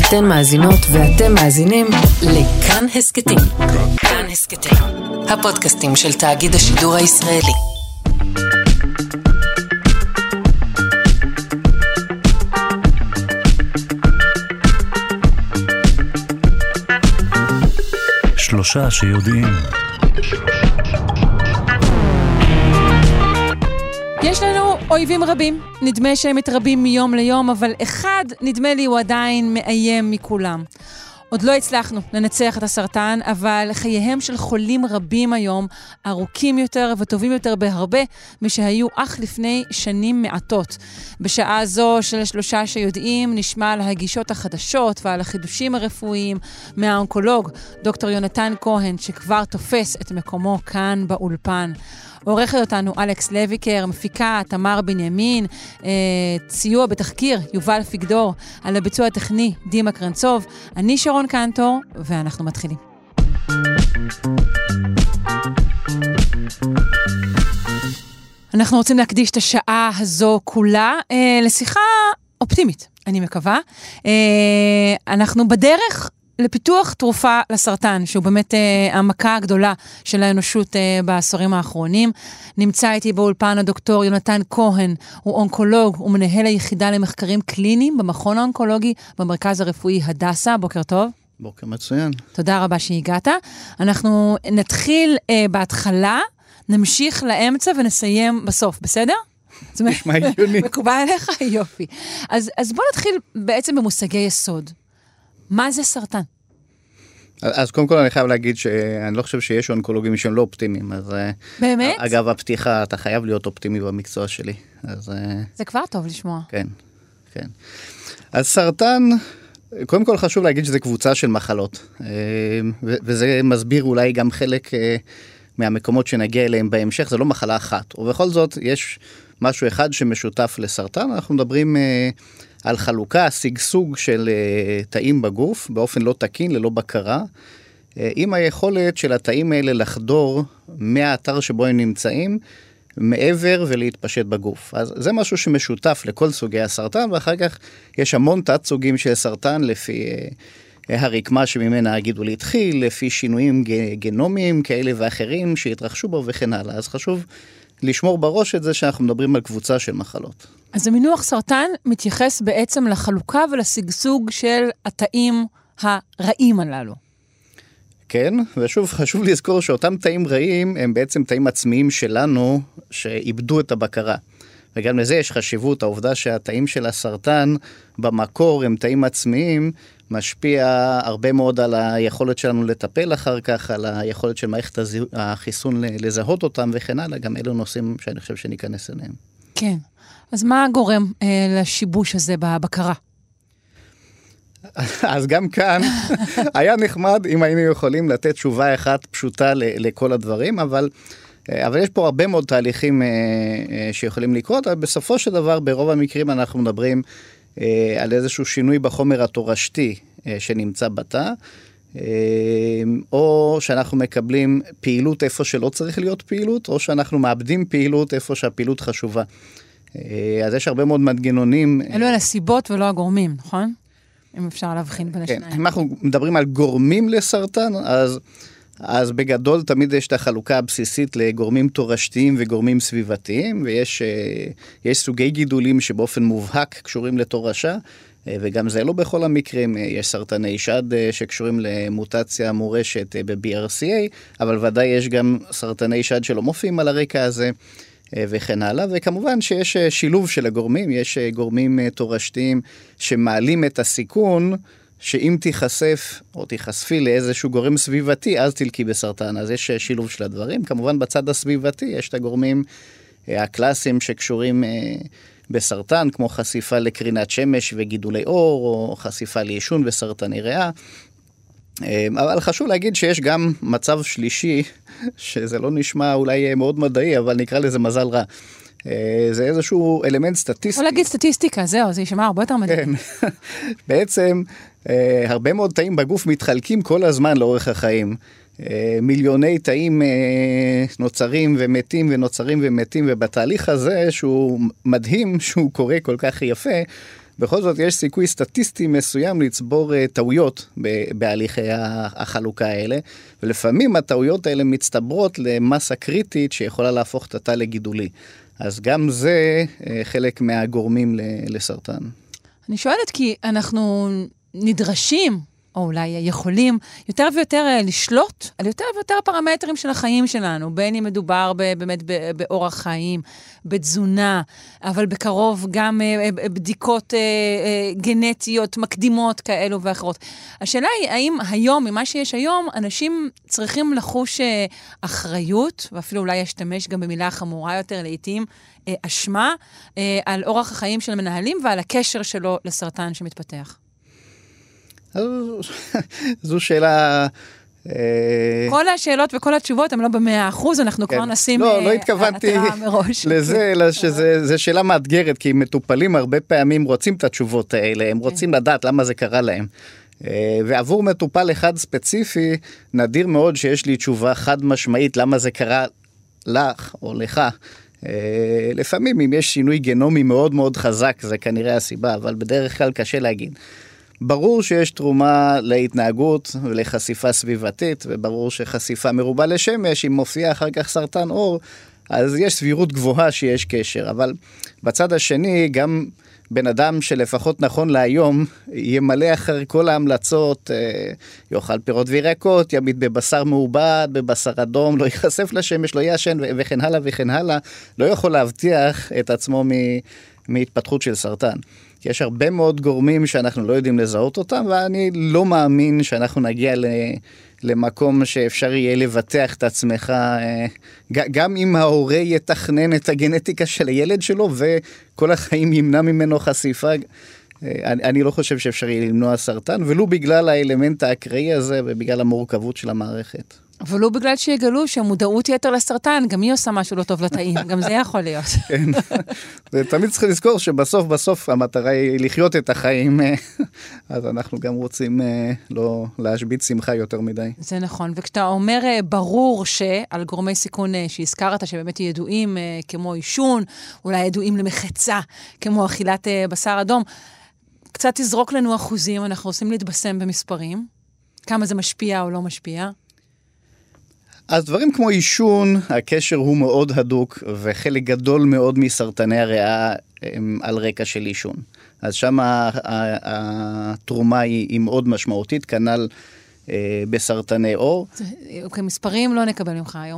אתן מאזינות ואתם מאזינים לכאן הסקטים. כאן הסקטים, הפודקאסטים של תאגיד השידור הישראלי. שלושה שיודעים. יש לנו אויבים רבים, נדמה שהם מתרבים מיום ליום, אבל אחד נדמה לי הוא עדיין מאיים מכולם. עוד לא הצלחנו לנצח את הסרטן, אבל חייהם של חולים רבים היום ארוכים יותר וטובים יותר בהרבה משהיו אך לפני שנים מעטות. בשעה זו של שלושה שיודעים נשמע על הגישות החדשות ועל החידושים הרפואיים מהאונקולוג דוקטור יונתן כהן, שכבר תופס את מקומו כאן באולפן. עורכת אותנו אלכס לויקר, מפיקה תמר בנימין, סיוע בתחקיר יובל פיגדור, על הביצוע הטכני דימה קרנצוב, אני שרון קנטור, ואנחנו מתחילים. אנחנו רוצים להקדיש את השעה הזו כולה לשיחה אופטימית, אני מקווה. אנחנו בדרך לפיתוח תרופה לסרטן, שהוא באמת המכה הגדולה של האנושות בעשורים האחרונים. נמצא איתי באולפן הדוקטור יונתן כהן, הוא אונקולוג, הוא מנהל היחידה למחקרים קליניים במכון האונקולוגי במרכז הרפואי הדסה. בוקר טוב. בוקר מצוין. תודה רבה שהגעת. אנחנו נתחיל בהתחלה, נמשיך לאמצע ונסיים בסוף, בסדר? נשמע הגיוני. מקובל עליך? יופי. אז בוא נתחיל בעצם במושגי יסוד. מה זה סרטן? אז קודם כל אני חייב להגיד שאני לא חושב שיש אונקולוגים שהם לא אופטימיים. אז באמת? אגב, הפתיחה, אתה חייב להיות אופטימי במקצוע שלי. אז זה כבר טוב לשמוע. כן, כן. אז סרטן, קודם כל חשוב להגיד שזה קבוצה של מחלות. וזה מסביר אולי גם חלק מהמקומות שנגיע אליהם בהמשך. זה לא מחלה אחת. ובכל זאת, יש משהו אחד שמשותף לסרטן. אנחנו מדברים על חלוקה, סגסוג של תאים בגוף, באופן לא תקין, ללא בקרה, עם היכולת של התאים האלה לחדור מהאתר שבו הם נמצאים, מעבר ולהתפשט בגוף. אז זה משהו שמשותף לכל סוגי הסרטן, ואחר כך יש המון תת סוגים של סרטן, לפי הרקמה שממנה הגידול התחיל, לפי שינויים גנומיים כאלה ואחרים שהתרחשו בו וכן הלאה. אז חשוב לשמור בראש את זה שאנחנו מדברים על קבוצה של מחלות. אז המינוח סרטן מתייחס בעצם לחלוקה ולסגסוג של התאים הרעים הללו. כן, ושוב חשוב לזכור שאותם תאים רעים הם בעצם תאים עצמיים שלנו שאיבדו את הבקרה. וגם לזה יש חשיבות, העובדה שהתאים של הסרטן במקור הם תאים עצמיים, משפיע הרבה מאוד על היכולת שלנו לטפל אחר כך, על היכולת של מערכת החיסון לזהות אותם וכן הלאה, גם אלו נושאים שאני חושב שניכנס אליהם. כן, אז מה גורם לשיבוש הזה בבקרה? אז גם כאן היה נחמד אם היינו יכולים לתת תשובה אחת פשוטה לכל הדברים, אבל יש פה הרבה מאוד תהליכים שיכולים לקרות, אבל בסופו של דבר ברוב המקרים אנחנו מדברים על איזשהו שינוי בחומר התורשתי שנמצא בתא, או שאנחנו מקבלים פעילות איפה שלא צריך להיות פעילות, או שאנחנו מאבדים פעילות איפה שהפעילות חשובה. אז יש הרבה מאוד מנגנונים. אלו אלה הסיבות ולא הגורמים, נכון? אם אפשר להבחין בין השניים. אם אנחנו מדברים על גורמים לסרטן, אז בגדול תמיד יש את החלוקה הבסיסית לגורמים תורשתיים וגורמים סביבתיים, ויש סוגי גידולים שבאופן מובהק קשורים לתורשה, וגם זה לא בכל המקרים. יש סרטני שד שקשורים למוטציה מורשת ב-BRCA, אבל ודאי יש גם סרטני שד שלא מופיעים על הרקע הזה, וכן הלאה. וכמובן שיש שילוב של הגורמים, יש גורמים תורשתיים שמעלים את הסיכון, שאם תיחשף או תיחשפי לאיזשהו גורם סביבתי, אז תלקי בסרטן. אז יש שילוב של הדברים. כמובן בצד הסביבתי יש את הגורמים הקלאסיים שקשורים בסרטן, כמו חשיפה לקרינת שמש וגידולי אור, או חשיפה לעישון וסרטני ריאה. אבל חשוב להגיד שיש גם מצב שלישי, שזה לא נשמע אולי מאוד מדעי, אבל נקרא לזה מזל רע. זה איזשהו אלמנט סטטיסטי. או להגיד סטטיסטיקה, זהו, זה יישמע הרבה יותר מדהים. כן. בעצם, הרבה מאוד תאים בגוף מתחלקים כל הזמן לאורך החיים. מיליוני תאים נוצרים ומתים ונוצרים ומתים, ובתהליך הזה שהוא מדהים, שהוא קורה כל כך יפה, בכל זאת יש סיכוי סטטיסטי מסוים לצבור טעויות בהליכי החלוקה האלה, ולפעמים הטעויות האלה מצטברות למסה קריטית שיכולה להפוך את התא לגידולי. אז גם זה חלק מהגורמים לסרטן. אני שואלת כי אנחנו נדרשים, או אולי יכולים, יותר ויותר לשלוט על יותר ויותר פרמטרים של החיים שלנו, בין אם מדובר באמת באורח חיים, בתזונה, אבל בקרוב גם בדיקות גנטיות, מקדימות כאלו ואחרות. השאלה היא, האם היום, ממה שיש היום, אנשים צריכים לחוש אחריות, ואפילו אולי ישתמש גם במילה חמורה יותר לעתים, אשמה, על אורח החיים של מנהלים ועל הקשר שלו לסרטן שמתפתח. זו שאלה... כל השאלות וכל התשובות הן לא ב100%, אנחנו כבר נשים לא התכוונתי לזה, אלא שזו שאלה מאתגרת, כי מטופלים הרבה פעמים רוצים את התשובות האלה, הם רוצים לדעת למה זה קרה להם. ועבור מטופל אחד ספציפי, נדיר מאוד שיש לי תשובה חד משמעית למה זה קרה לך או לך. לפעמים אם יש שינוי גנומי מאוד מאוד חזק, זה כנראה הסיבה, אבל בדרך כלל קשה להגיד. ברור שיש תרומה להתנהגות ולחשיפה סביבתית, וברור שחשיפה מרובה לשמש, אם מופיע אחר כך סרטן עור, אז יש סבירות גבוהה שיש קשר. אבל בצד השני, גם בן אדם שלפחות נכון להיום, ימלא אחר כל ההמלצות, יאכל פירות וירקות, ימיד בבשר מעובד, בבשר אדום, לא ייחשף לשמש, לא ישן וכן הלאה וכן הלאה, לא יכול להבטיח את עצמו מהתפתחות של סרטן. כי יש הרבה מאוד גורמים שאנחנו לא יודעים לזהות אותם, ואני לא מאמין שאנחנו נגיע למקום שאפשר יהיה לבטח את עצמך, גם אם ההורה יתכנן את הגנטיקה של הילד שלו, וכל החיים ימנע ממנו חשיפה, אני לא חושב שאפשר יהיה למנוע סרטן, ולא בגלל האלמנט האקראי הזה, ובגלל המורכבות של המערכת. אבל לא בגלל שיגלו שהמודעות יתר לסרטן, גם היא עושה משהו לא טוב לתאים, גם זה יכול להיות. כן, ותמיד צריך לזכור שבסוף המטרה היא לחיות את החיים, אז אנחנו גם רוצים לא להשבית שמחה יותר מדי. זה נכון, וכשאתה אומר ברור שעל גורמי סיכון שהזכרת, שבאמת ידועים כמו עישון, אולי ידועים למחצה, כמו אכילת בשר אדום, קצת תזרוק לנו אחוזים, אנחנו רוצים להתבשם במספרים, כמה זה משפיע או לא משפיע. אז דברים כמו עישון, הקשר הוא מאוד הדוק, וחלק גדול מאוד מסרטני הריאה הם על רקע של עישון. אז שם התרומה היא מאוד משמעותית, כנ"ל בסרטני עור. אוקיי, מספרים לא נקבל ממך היום.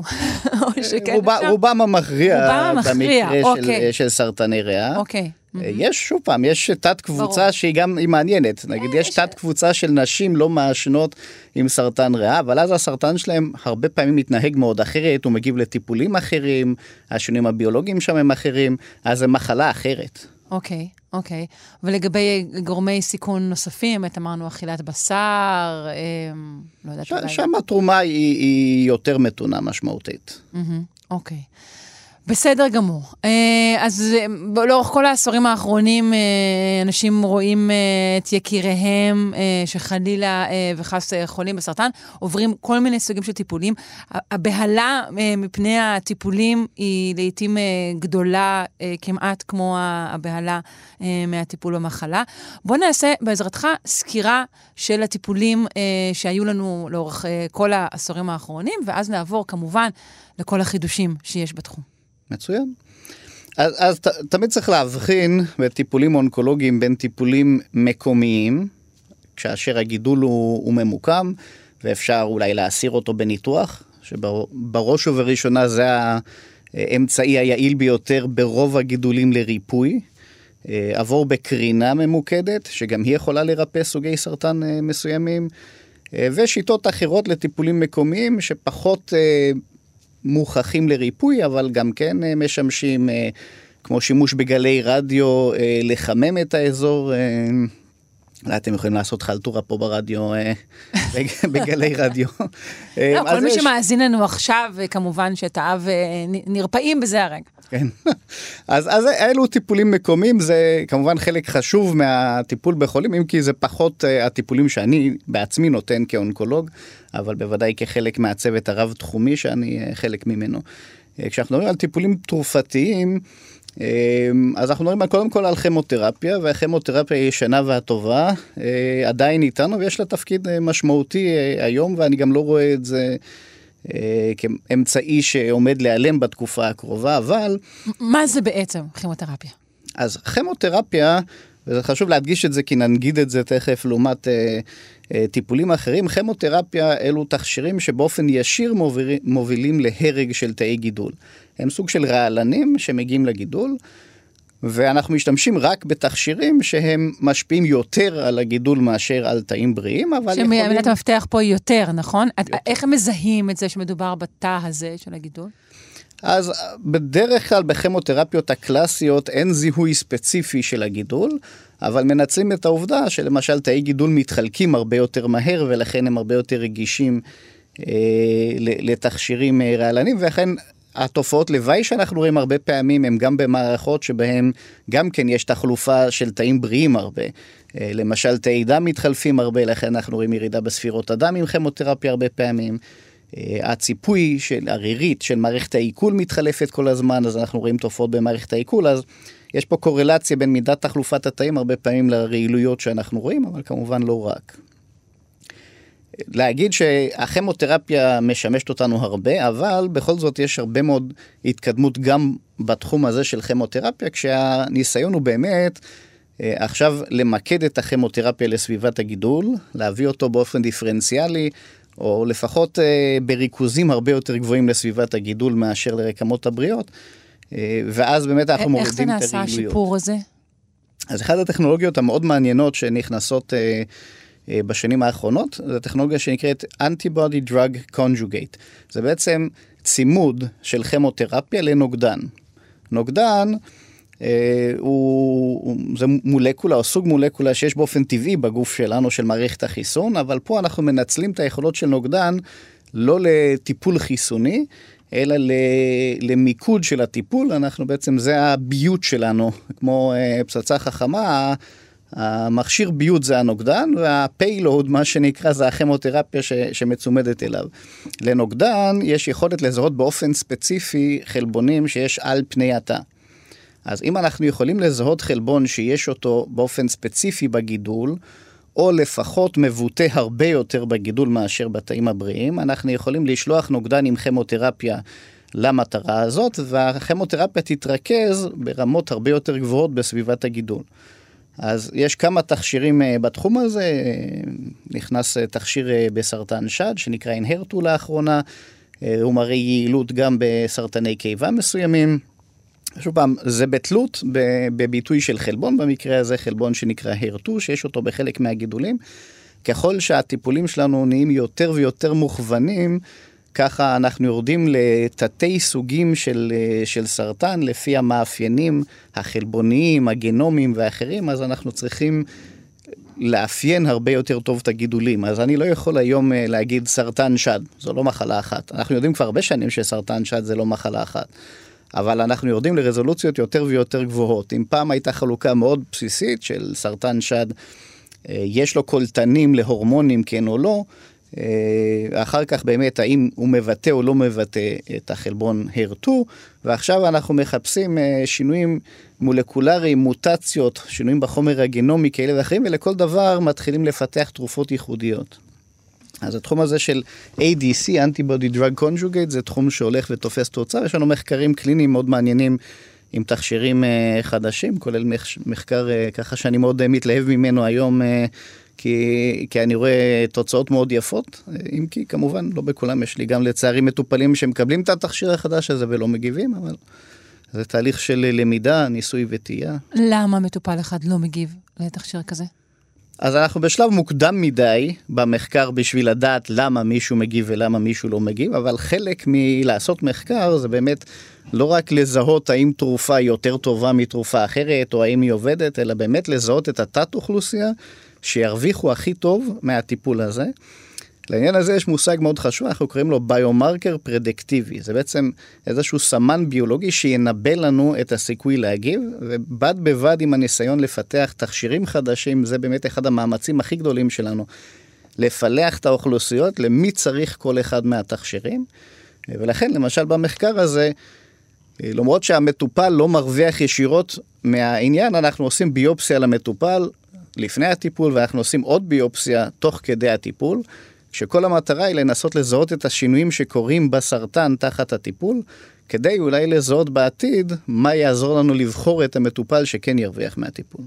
רובם המכריע במקרה של סרטני ריאה. אוקיי. יש שוב פעם, יש תת קבוצה שהיא גם מעניינת. נגיד, יש תת קבוצה של נשים לא מעשנות עם סרטן ריאה, אבל אז הסרטן שלהם הרבה פעמים מתנהג מאוד אחרת, הוא מגיב לטיפולים אחרים, השינויים הביולוגיים שם הם אחרים, אז זה מחלה אחרת. אוקיי. ולגבי גורמי סיכון נוספים, אמרנו אכילת בשר, לא יודעת. שם התרומה היא יותר מתונה משמעותית. אוקיי. בסדר גמור. אז לאורך כל העשורים האחרונים, אנשים רואים את יקיריהם שחלילה וחס חולים בסרטן, עוברים כל מיני סוגים של טיפולים. הבהלה מפני הטיפולים היא לעתים גדולה, כמעט כמו הבהלה מהטיפול במחלה. בוא נעשה בעזרתך סקירה של הטיפולים שהיו לנו לאורך כל העשורים האחרונים, ואז נעבור כמובן לכל החידושים שיש בתחום. מצוין. אז תמיד צריך להבחין בטיפולים אונקולוגיים בין טיפולים מקומיים, כאשר הגידול הוא ממוקם, ואפשר אולי להסיר אותו בניתוח, שבראש ובראשונה זה האמצעי היעיל ביותר ברוב הגידולים לריפוי, עבור בקרינה ממוקדת, שגם היא יכולה לרפא סוגי סרטן מסוימים, ושיטות אחרות לטיפולים מקומיים שפחות מוכחים לריפוי, אבל גם כן משמשים, כמו שימוש בגלי רדיו, לחמם את האזור. אתם יכולים לעשות חלטורה פה ברדיו, בגלי רדיו. כל מי שמאזין לנו עכשיו, כמובן שתאהב נרפאים בזה הרגע. כן. אז אלו טיפולים מקומיים, זה כמובן חלק חשוב מהטיפול בחולים, אם כי זה פחות הטיפולים שאני בעצמי נותן כאונקולוג, אבל בוודאי כחלק מהצוות הרב-תחומי שאני חלק ממנו. כשאנחנו מדברים על טיפולים תרופתיים, אז אנחנו מדברים קודם כל על כימותרפיה, והכימותרפיה היא ישנה והטובה, עדיין איתנו, ויש לה תפקיד משמעותי היום, ואני גם לא רואה את זה כאמצעי שעומד להיעלם בתקופה הקרובה, אבל... מה זה בעצם כימותרפיה? אז כימותרפיה, וזה חשוב להדגיש את זה, כי נגיד את זה תכף לעומת טיפולים אחרים, כימותרפיה אלו תכשירים שבאופן ישיר מובילים להרג של תאי גידול. הם סוג של רעלנים שמגיעים לגידול, ואנחנו משתמשים רק בתכשירים שהם משפיעים יותר על הגידול מאשר על תאים בריאים, אבל יכולים... שמילת המפתח פה יותר, נכון? יותר. איך הם מזהים את זה שמדובר בתא הזה של הגידול? אז בדרך כלל בכימותרפיות הקלאסיות אין זיהוי ספציפי של הגידול, אבל מנצלים את העובדה שלמשל תאי גידול מתחלקים הרבה יותר מהר, ולכן הם הרבה יותר רגישים לתכשירים רעלנים, ולכן התופעות לוואי שאנחנו רואים הרבה פעמים הם גם במערכות שבהם גם כן יש תחלופה של תאים בריאים הרבה. למשל תאי דם מתחלפים הרבה, לכן אנחנו רואים ירידה בספירות הדם עם כימותרפיה הרבה פעמים. הציפוי של הרירית של מערכת העיכול מתחלפת כל הזמן, אז אנחנו רואים תופעות במערכת העיכול, אז יש פה קורלציה בין מידת תחלופת התאים הרבה פעמים לרעילויות שאנחנו רואים, אבל כמובן לא רק. להגיד שהכימותרפיה משמשת אותנו הרבה, אבל בכל זאת יש הרבה מאוד התקדמות גם בתחום הזה של כימותרפיה, כשהניסיון הוא באמת עכשיו למקד את הכימותרפיה לסביבת הגידול, להביא אותו באופן דיפרנציאלי, או לפחות בריכוזים הרבה יותר גבוהים לסביבת הגידול מאשר לרקמות הבריאות, ואז באמת אנחנו מורידים את הרעילויות. איך זה נעשה השיפור הזה? אז אחת הטכנולוגיות המאוד מעניינות שנכנסות בשנים האחרונות, זו טכנולוגיה שנקראת Antibody Drug Conjugate. זה בעצם צימוד של כימותרפיה לנוגדן. נוגדן זה מולקולה או סוג מולקולה שיש באופן טבעי בגוף שלנו של מערכת החיסון, אבל פה אנחנו מנצלים את היכולות של נוגדן לא לטיפול חיסוני, אלא למיקוד של הטיפול. אנחנו בעצם, זה הביות שלנו, כמו פצצה חכמה, המכשיר ביות זה הנוגדן, והפיילוד, מה שנקרא, זה הכימותרפיה שמצומדת אליו. לנוגדן יש יכולת לזהות באופן ספציפי חלבונים שיש על פני התא. אז אם אנחנו יכולים לזהות חלבון שיש אותו באופן ספציפי בגידול, או לפחות מבוטא הרבה יותר בגידול מאשר בתאים הבריאים, אנחנו יכולים לשלוח נוגדן עם כימותרפיה למטרה הזאת, והכימותרפיה תתרכז ברמות הרבה יותר גבוהות בסביבת הגידול. אז יש כמה תכשירים בתחום הזה, נכנס תכשיר בסרטן שד, שנקרא Enhertu לאחרונה, הוא מראה יעילות גם בסרטני קיבה מסוימים. שוב פעם, זה בתלות בביטוי של חלבון, במקרה הזה חלבון שנקרא HER2, שיש אותו בחלק מהגידולים. ככל שהטיפולים שלנו נהיים יותר ויותר מוכוונים, ככה אנחנו יורדים לתתי סוגים של סרטן, לפי המאפיינים החלבוניים, הגנומיים ואחרים, אז אנחנו צריכים לאפיין הרבה יותר טוב את הגידולים. אז אני לא יכול היום להגיד סרטן שד, זו לא מחלה אחת. אנחנו יודעים כבר הרבה שנים שסרטן שד זה לא מחלה אחת. אבל אנחנו יורדים לרזולוציות יותר ויותר גבוהות. אם פעם הייתה חלוקה מאוד בסיסית של סרטן שד, יש לו קולטנים להורמונים כן או לא, אחר כך באמת האם הוא מבטא או לא מבטא את החלבון HER2, ועכשיו אנחנו מחפשים שינויים מולקולריים, מוטציות, שינויים בחומר הגנומי כאלה ואחרים, ולכל דבר מתחילים לפתח תרופות ייחודיות. אז התחום הזה של ADC, Antibody Drug Conjugate, זה תחום שהולך ותופס תוצאה. יש לנו מחקרים קליניים מאוד מעניינים עם תכשירים חדשים, כולל מחקר ככה שאני מאוד מתלהב ממנו היום, כי אני רואה תוצאות מאוד יפות, אם כי כמובן לא בכולם, יש לי גם לצערי מטופלים שמקבלים את התכשיר החדש הזה ולא מגיבים, אבל זה תהליך של למידה, ניסוי וטעייה. למה מטופל אחד לא מגיב לתכשיר כזה? אז אנחנו בשלב מוקדם מדי במחקר בשביל לדעת למה מישהו מגיב ולמה מישהו לא מגיב, אבל חלק מלעשות מחקר זה באמת לא רק לזהות האם תרופה יותר טובה מתרופה אחרת או האם היא עובדת, אלא באמת לזהות את התת אוכלוסייה שירוויחו הכי טוב מהטיפול הזה. לעניין הזה יש מושג מאוד חשוב, אנחנו קוראים לו ביומרקר פרדקטיבי. זה בעצם איזשהו סמן ביולוגי שינבא לנו את הסיכוי להגיב, ובד בבד עם הניסיון לפתח תכשירים חדשים, זה באמת אחד המאמצים הכי גדולים שלנו, לפלח את האוכלוסיות למי צריך כל אחד מהתכשירים. ולכן למשל במחקר הזה, למרות שהמטופל לא מרוויח ישירות מהעניין, אנחנו עושים ביופסיה למטופל לפני הטיפול, ואנחנו עושים עוד ביופסיה תוך כדי הטיפול, שכל המטרה היא לנסות לזהות את השינויים שקורים בסרטן תחת הטיפול, כדי אולי לזהות בעתיד מה יעזור לנו לבחור את המטופל שכן ירוויח מהטיפול.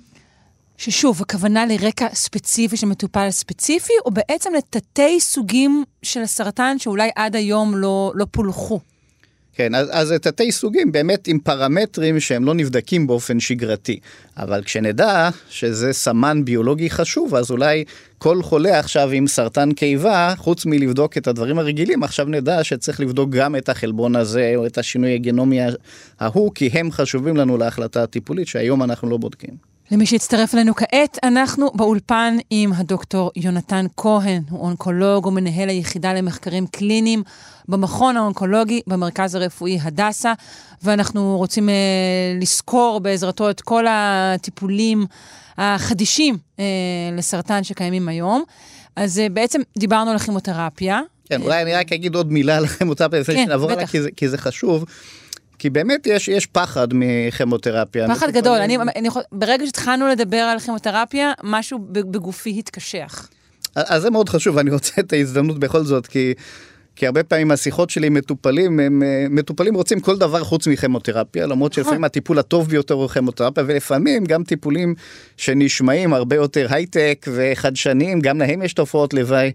ששוב, הכוונה לרקע ספציפי של מטופל ספציפי, או בעצם לתתי סוגים של הסרטן שאולי עד היום לא פולחו? כן, אז תתי סוגים באמת עם פרמטרים שהם לא נבדקים באופן שגרתי. אבל כשנדע שזה סמן ביולוגי חשוב, אז אולי כל חולה עכשיו עם סרטן קיבה, חוץ מלבדוק את הדברים הרגילים, עכשיו נדע שצריך לבדוק גם את החלבון הזה, או את השינוי הגנומי ההוא, כי הם חשובים לנו להחלטה הטיפולית, שהיום אנחנו לא בודקים. למי שהצטרף אלינו כעת, אנחנו באולפן עם הדוקטור יונתן כהן, הוא אונקולוג ומנהל היחידה למחקרים קליניים במכון האונקולוגי במרכז הרפואי הדסה, ואנחנו רוצים לזכור בעזרתו את כל הטיפולים החדישים לסרטן שקיימים היום. אז בעצם דיברנו על כימותרפיה. כן, אולי אני רק אגיד עוד מילה על כימותרפיה, לפני שנעבור עליה, כי זה חשוב. כי באמת יש פחד מכימותרפיה. פחד גדול. ברגע שהתחלנו לדבר על כימותרפיה, משהו בגופי התקשח. אז זה מאוד חשוב, אני רוצה את ההזדמנות בכל זאת, כי הרבה פעמים השיחות שלי מטופלים רוצים כל דבר חוץ מכימותרפיה, למרות שלפעמים הטיפול הטוב ביותר הוא כימותרפיה, ולפעמים גם טיפולים שנשמעים הרבה יותר הייטק וחדשניים, גם להם יש תופעות לוואי,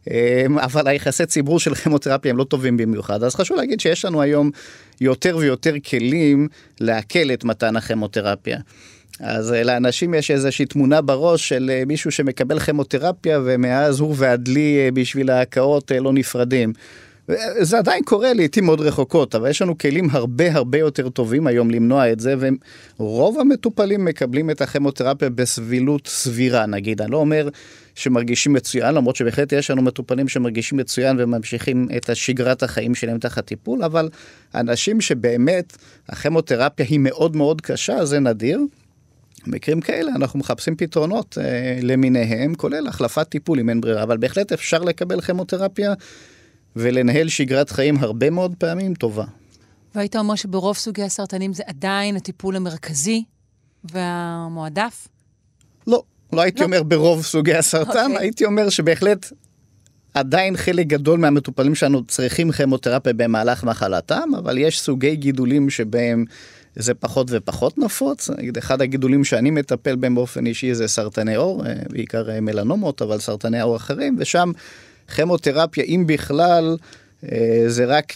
אבל היחסי ציבור של כימותרפיה הם לא טובים במיוחד. אז חשוב להגיד שיש לנו היום יותר ויותר כלים להקל את מתן הכימותרפיה. אז לאנשים יש איזושהי תמונה בראש של מישהו שמקבל כימותרפיה, ומאז הוא והדלי בשביל ההקאות לא נפרדים. זה עדיין קורה לעתים מאוד רחוקות, אבל יש לנו כלים הרבה יותר טובים היום למנוע את זה, ורוב המטופלים מקבלים את הכימותרפיה בסבילות סבירה, נגיד. אני לא אומר שמרגישים מצוין, למרות שבהחלט יש לנו מטופלים שמרגישים מצוין וממשיכים את השגרת החיים שלהם תחת טיפול, אבל אנשים שבאמת הכימותרפיה היא מאוד קשה, זה נדיר. במקרים כאלה אנחנו מחפשים פתרונות למיניהם, כולל החלפת טיפול אם אין ברירה, אבל בהחלט אפשר לקבל כימותרפיה ולנהל שגרת חיים הרבה מאוד פעמים טובה. והיית אומר שברוב סוגי הסרטנים זה עדיין הטיפול המרכזי והמועדף? לא הייתי אומר ברוב סוגי הסרטן, הייתי אומר שבהחלט עדיין חלק גדול מהמטופלים שלנו צריכים כימותרפיה במהלך מחלתם, אבל יש סוגי גידולים שבהם זה פחות ופחות נפוץ. אחד הגידולים שאני מטפל בהם באופן אישי זה סרטני עור, בעיקר מלנומות, אבל סרטני עור אחרים, ושם כימותרפיה, אם בכלל, זה רק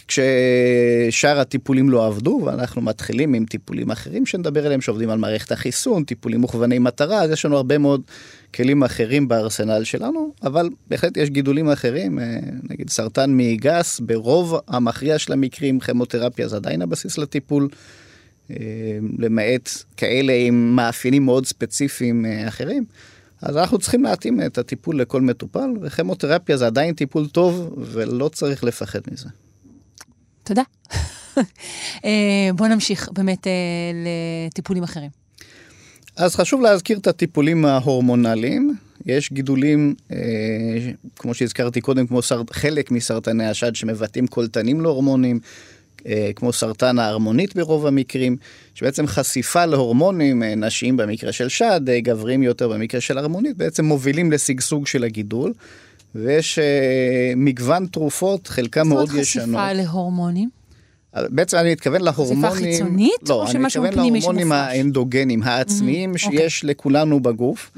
כששאר הטיפולים לא עבדו, ואנחנו מתחילים עם טיפולים אחרים שנדבר עליהם, שעובדים על מערכת החיסון, טיפולים מוכווני מטרה, אז יש לנו הרבה מאוד כלים אחרים בארסנל שלנו, אבל בהחלט יש גידולים אחרים, נגיד סרטן מעי גס, ברוב המכריע של המקרים, כימותרפיה זה עדיין הבסיס לטיפול, למעט כאלה עם מאפיינים מאוד ספציפיים אחרים, אז אנחנו צריכים להתאים את הטיפול לכל מטופל, וכימותרפיה זה עדיין טיפול טוב, ולא צריך לפחד מזה. תודה. בוא נמשיך באמת לטיפולים אחרים. אז חשוב להזכיר את הטיפולים ההורמונליים. יש גידולים, כמו שהזכרתי קודם, כמו חלק מסרטני השד שמבטאים קולטנים להורמונים, כמו סרטן ההרמונית ברוב המקרים, שבעצם חשיפה להורמונים נשיים במקרה של שד, גברים יותר במקרה של הרמונית, בעצם מובילים לסגסוג של הגידול, ויש מגוון תרופות, חלקם מאוד ישנות. זאת חשיפה להורמונים? בעצם אני מתכוון להורמונים... חשיפה חיצונית? לא, אני מתכוון להורמונים האנדוגנים, העצמיים שיש לכולנו בגוף.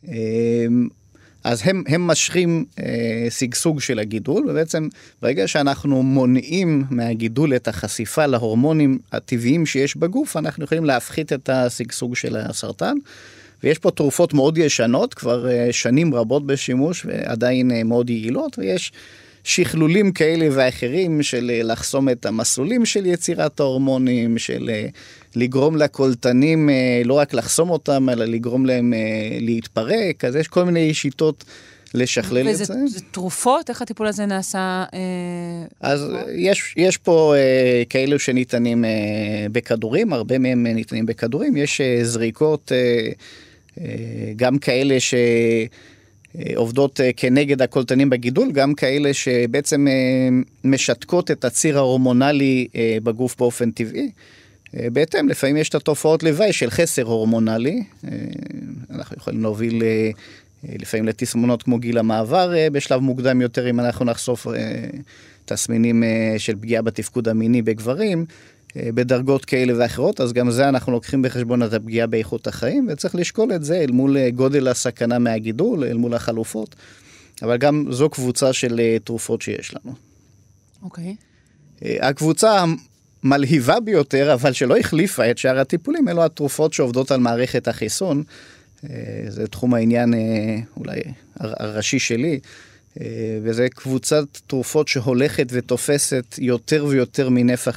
אז הם משרים סגסוג של הגידול, ובעצם ברגע שאנחנו מונעים מהגידול את החשיפה להורמונים הטבעיים שיש בגוף, אנחנו יכולים להפחית את הסגסוג של הסרטן, ויש פה תרופות מאוד ישנות, כבר שנים רבות בשימוש, ועדיין מאוד יעילות, ויש שכלולים כאלה ואחרים של לחסום את המסלולים של יצירת ההורמונים, של לגרום לקולטנים, לא רק לחסום אותם, אלא לגרום להם להתפרק, אז יש כל מיני שיטות לשכלל את זה. וזה תרופות? איך הטיפול הזה נעשה? אז יש פה כאלו שניתנים בכדורים, הרבה מהם ניתנים בכדורים, יש זריקות, גם כאלה עובדות כנגד הקולטנים בגידול, גם כאלה שבעצם משתקות את הציר ההורמונלי בגוף באופן טבעי. בהתאם, לפעמים יש את התופעות לוואי של חסר הורמונלי, אנחנו יכולים להוביל לפעמים לתסמונות כמו גיל המעבר בשלב מוקדם יותר, אם אנחנו נחשוף תסמינים של פגיעה בתפקוד המיני בגברים, בדרגות כאלה ואחרות, אז גם זה אנחנו לוקחים בחשבון את הפגיעה באיכות החיים, וצריך לשקול את זה אל מול גודל הסכנה מהגידול, אל מול החלופות, אבל גם זו קבוצה של תרופות שיש לנו. אוקיי. הקבוצה המלהיבה ביותר, אבל שלא החליפה את שאר הטיפולים, אלו התרופות שעובדות על מערכת החיסון, זה תחום העניין אולי הראשי שלי, וזה קבוצת תרופות שהולכת ותופסת יותר ויותר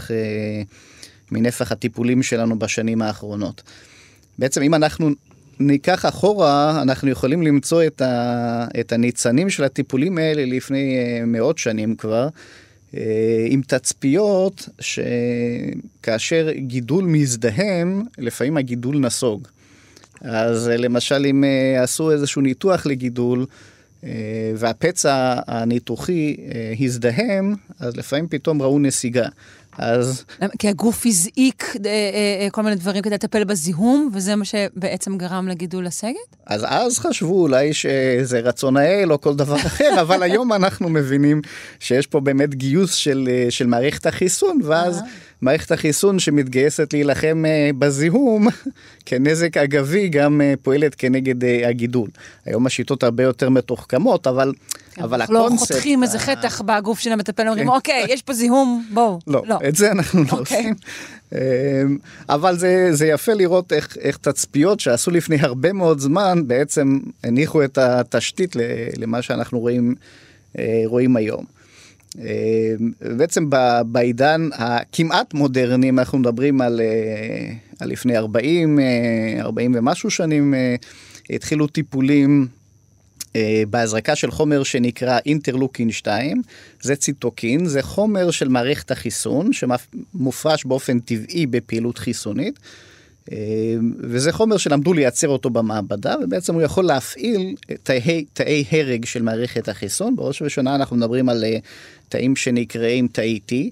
מנפח הטיפולים שלנו בשנים האחרונות. בעצם אם אנחנו ניקח אחורה, אנחנו יכולים למצוא את הניצנים של הטיפולים האלה לפני מאות שנים כבר, עם תצפיות שכאשר גידול מזדהם, לפעמים הגידול נסוג. אז למשל אם עשו איזשהו ניתוח לגידול, והפצע הניתוחי הזדהם, אז לפעמים פתאום ראו נסיגה. כי הגוף הזעיק כל מיני דברים כדי לטפל בזיהום, וזה מה שבעצם גרם לגידול לסגת? אז חשבו אולי שזה רצון האל או כל דבר אחר, אבל היום אנחנו מבינים שיש פה באמת גיוס של מערכת החיסון, ואז מערכת החיסון שמתגייסת להילחם בזיהום, כנזק אגבי גם פועלת כנגד הגידול. היום השיטות הרבה יותר מתוחכמות, אבל הקונספט... לא חותכים איזה חתך בגוף של המטפל, אומרים, אוקיי, יש פה זיהום, בואו. לא, את זה אנחנו לא עושים. אבל זה יפה לראות איך תצפיות שעשו לפני הרבה מאוד זמן, בעצם הניחו את התשתית למה שאנחנו רואים היום. בעצם בעידן הכמעט מודרני, אנחנו מדברים על לפני 40 ומשהו שנים, התחילו טיפולים בהזרקה של חומר שנקרא אינטרלוקין 2, זה ציטוקין, זה חומר של מערכת החיסון, שמופרש באופן טבעי בפעילות חיסונית, וזה חומר שלמדו לייצר אותו במעבדה, ובעצם הוא יכול להפעיל תאי הרג של מערכת החיסון. בראש ובראשונה אנחנו מדברים על תאים שנקראים תאי T,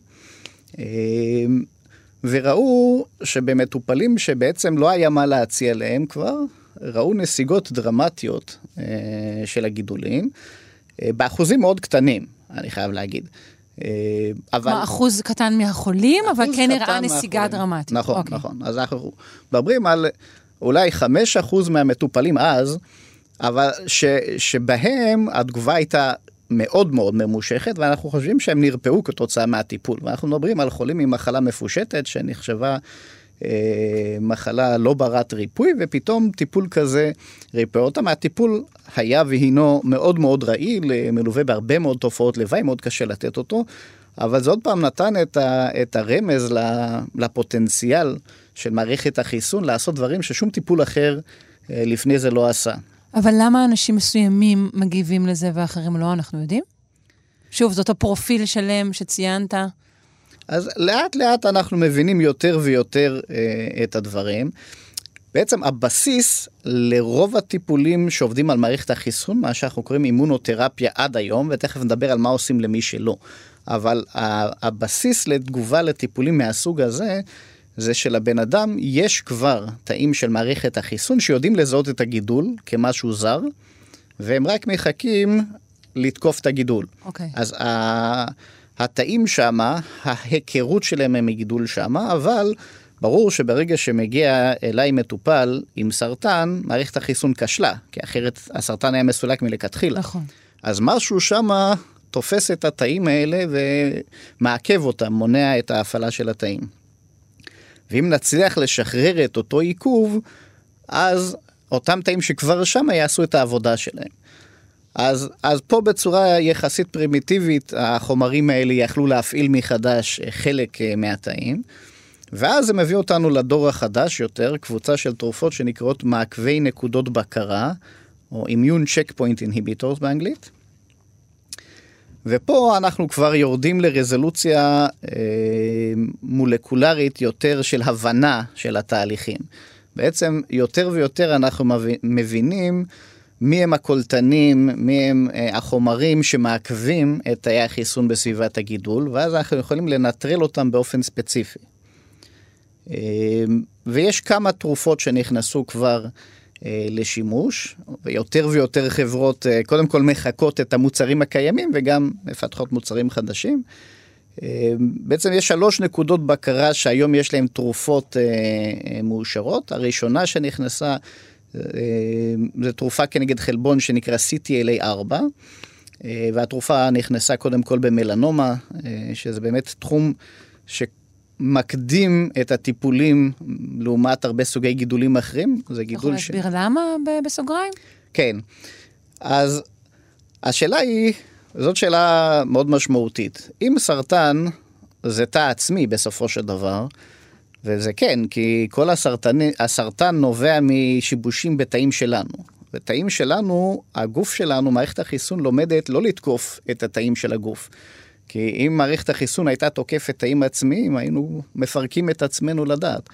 וראו שבמטופלים שבעצם לא היה מה להציע להם כבר, ראו נסיגות דרמטיות של הגידולים, באחוזים מאוד קטנים, אני חייב להגיד. מה, אחוז קטן מהחולים, אבל כן נראה נסיגה דרמטית. נכון, נכון. אז אנחנו מדברים על אולי 5% מהמטופלים אז, אבל שבהם התגובה הייתה מאוד מאוד ממושכת, ואנחנו חושבים שהם נרפאו כתוצאה מהטיפול. ואנחנו מדברים על חולים עם מחלה מפושטת, שנחשבה מחלה לא ברת ריפוי, ופתאום טיפול כזה ריפא אותם. הטיפול היה והינו מאוד מאוד רעיל, מלווה בהרבה מאוד תופעות לוואי, מאוד קשה לתת אותו, אבל זה עוד פעם נתן את הרמז לפוטנציאל של מערכת החיסון, לעשות דברים ששום טיפול אחר לפני זה לא עשה. אבל למה אנשים מסוימים מגיבים לזה ואחרים לא, אנחנו יודעים? שוב, זאת הפרופיל שלם שציינת. אז לאט לאט אנחנו מבינים יותר ויותר את הדברים. בעצם הבסיס לרוב הטיפולים שעובדים על מערכת החיסון, מה שאנחנו קוראים אימונותרפיה עד היום, ותכף נדבר על מה עושים למי שלא. אבל הבסיס לתגובה לטיפולים מהסוג הזה, זה שלבן אדם יש כבר תאים של מערכת החיסון שיודעים לזהות את הגידול כמשהו זר, והם רק מחכים לתקוף את הגידול. אוקיי. אז התאים שמה, ההיכרות שלהם הם מגידול שמה, אבל ברור שברגע שמגיע אליי מטופל עם סרטן, מערכת החיסון כשלה, כי אחרת הסרטן היה מסולק מלכתחילה. נכון. אז משהו שמה תופס את התאים האלה ומעכב אותם, מונע את ההפעלה של התאים. ואם נצליח לשחרר את אותו עיכוב, אז אותם תאים שכבר שמה יעשו את העבודה שלהם. אז פה בצורה יחסית פרימיטיבית, החומרים האלה יכלו להפעיל מחדש חלק מהתאים, ואז זה מביא אותנו לדור החדש יותר, קבוצה של תרופות שנקראות מעקבי נקודות בקרה, או Immune Checkpoint Inhibitors באנגלית. ופה אנחנו כבר יורדים לרזולוציה מולקולרית יותר של הבנה של התהליכים. בעצם יותר ויותר אנחנו מבינים מי הם הקולטנים, מי הם החומרים שמעכבים את תאי החיסון בסביבת הגידול, ואז אנחנו יכולים לנטרל אותם באופן ספציפי. ויש כמה תרופות שנכנסו כבר לשימוש, ויותר ויותר חברות קודם כל מחקות את המוצרים הקיימים, וגם מפתחות מוצרים חדשים. בעצם יש 3 נקודות בקרה שהיום יש להם תרופות מאושרות. הראשונה שנכנסה, זו תרופה כנגד חלבון שנקרא CTLA4, והתרופה נכנסה קודם כל במלנומה, שזה באמת תחום שמקדים את הטיפולים לעומת הרבה סוגי גידולים אחרים. זה גידול יכול להסביר למה בסוגריים? כן. אז השאלה היא, זאת שאלה מאוד משמעותית. אם סרטן זה תא עצמי בסופו של דבר, וזה כן, כי כל הסרטן נובע משיבושים בתאים שלנו. בתאים שלנו, הגוף שלנו, מערכת החיסון לומדת לא לתקוף את התאים של הגוף. כי אם מערכת החיסון הייתה תוקפת תאים עצמיים, היינו מפרקים את עצמנו לדעת.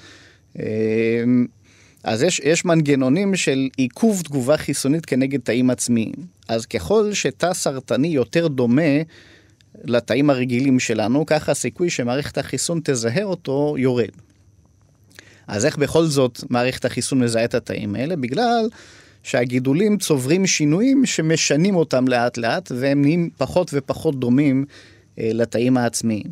אז יש מנגנונים של עיכוב תגובה חיסונית כנגד תאים עצמיים. אז ככל שתא סרטני יותר דומה לתאים הרגילים שלנו, ככה הסיכוי שמערכת החיסון תזהה אותו יורד. אז איך בכל זאת מערכת החיסון מזהה את התאים האלה? בגלל שהגידולים צוברים שינויים שמשנים אותם לאט לאט, והם נהיים פחות ופחות דומים לתאים העצמיים.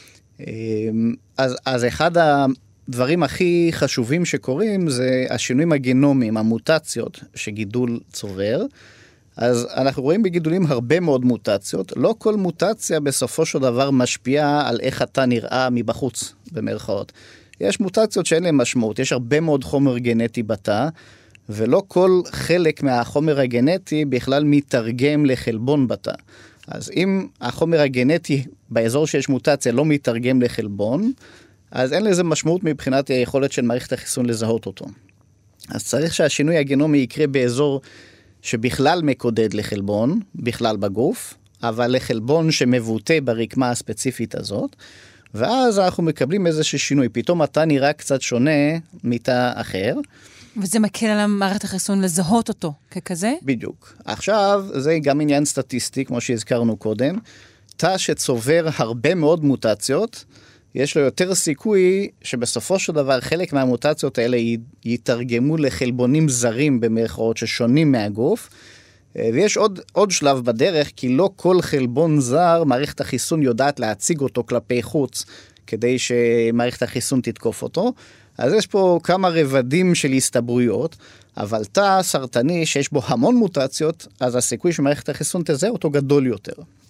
אז אחד הדברים הכי חשובים שקורים זה השינויים הגנומיים, המוטציות שגידול צובר. אז אנחנו רואים בגידולים הרבה מאוד מוטציות. לא כל מוטציה בסופו של דבר משפיעה על איך אתה נראה מבחוץ, במרכאות. יש מוטציות שאין להן משמעות, יש הרבה מאוד חומר גנטי בתא, ולא כל חלק מהחומר הגנטי בכלל מתרגם לחלבון בתא. אז אם החומר הגנטי באזור שיש מוטציה לא מתרגם לחלבון, אז אין לזה משמעות מבחינת היכולת של מערכת החיסון לזהות אותו. אז צריך שהשינוי הגנומי יקרה באזור שבכלל מקודד לחלבון, בכלל בגוף, אבל לחלבון שמבוטא ברקמה הספציפית הזאת, ואז אנחנו מקבלים איזשהו שינוי. פתאום אתה נראה קצת שונה מתא אחר. וזה מקל על מערכת החיסון לזהות אותו ככזה? בדיוק. עכשיו, זה גם עניין סטטיסטי, כמו שהזכרנו קודם. תא שצובר הרבה מאוד מוטציות, יש לו יותר סיכוי שבסופו של דבר חלק מהמוטציות האלה יתרגמו לחלבונים זרים במרכאות ששונים מהגוף, ויש עוד שלב בדרך, כי לא כל חלבון זר, מערכת החיסון יודעת להציג אותו כלפי חוץ, כדי שמערכת החיסון תתקוף אותו. אז יש פה כמה רבדים של הסתברויות, אבל תא סרטני שיש בו המון מוטציות, אז הסיכוי שמערכת החיסון תזהה אותו גדול יותר.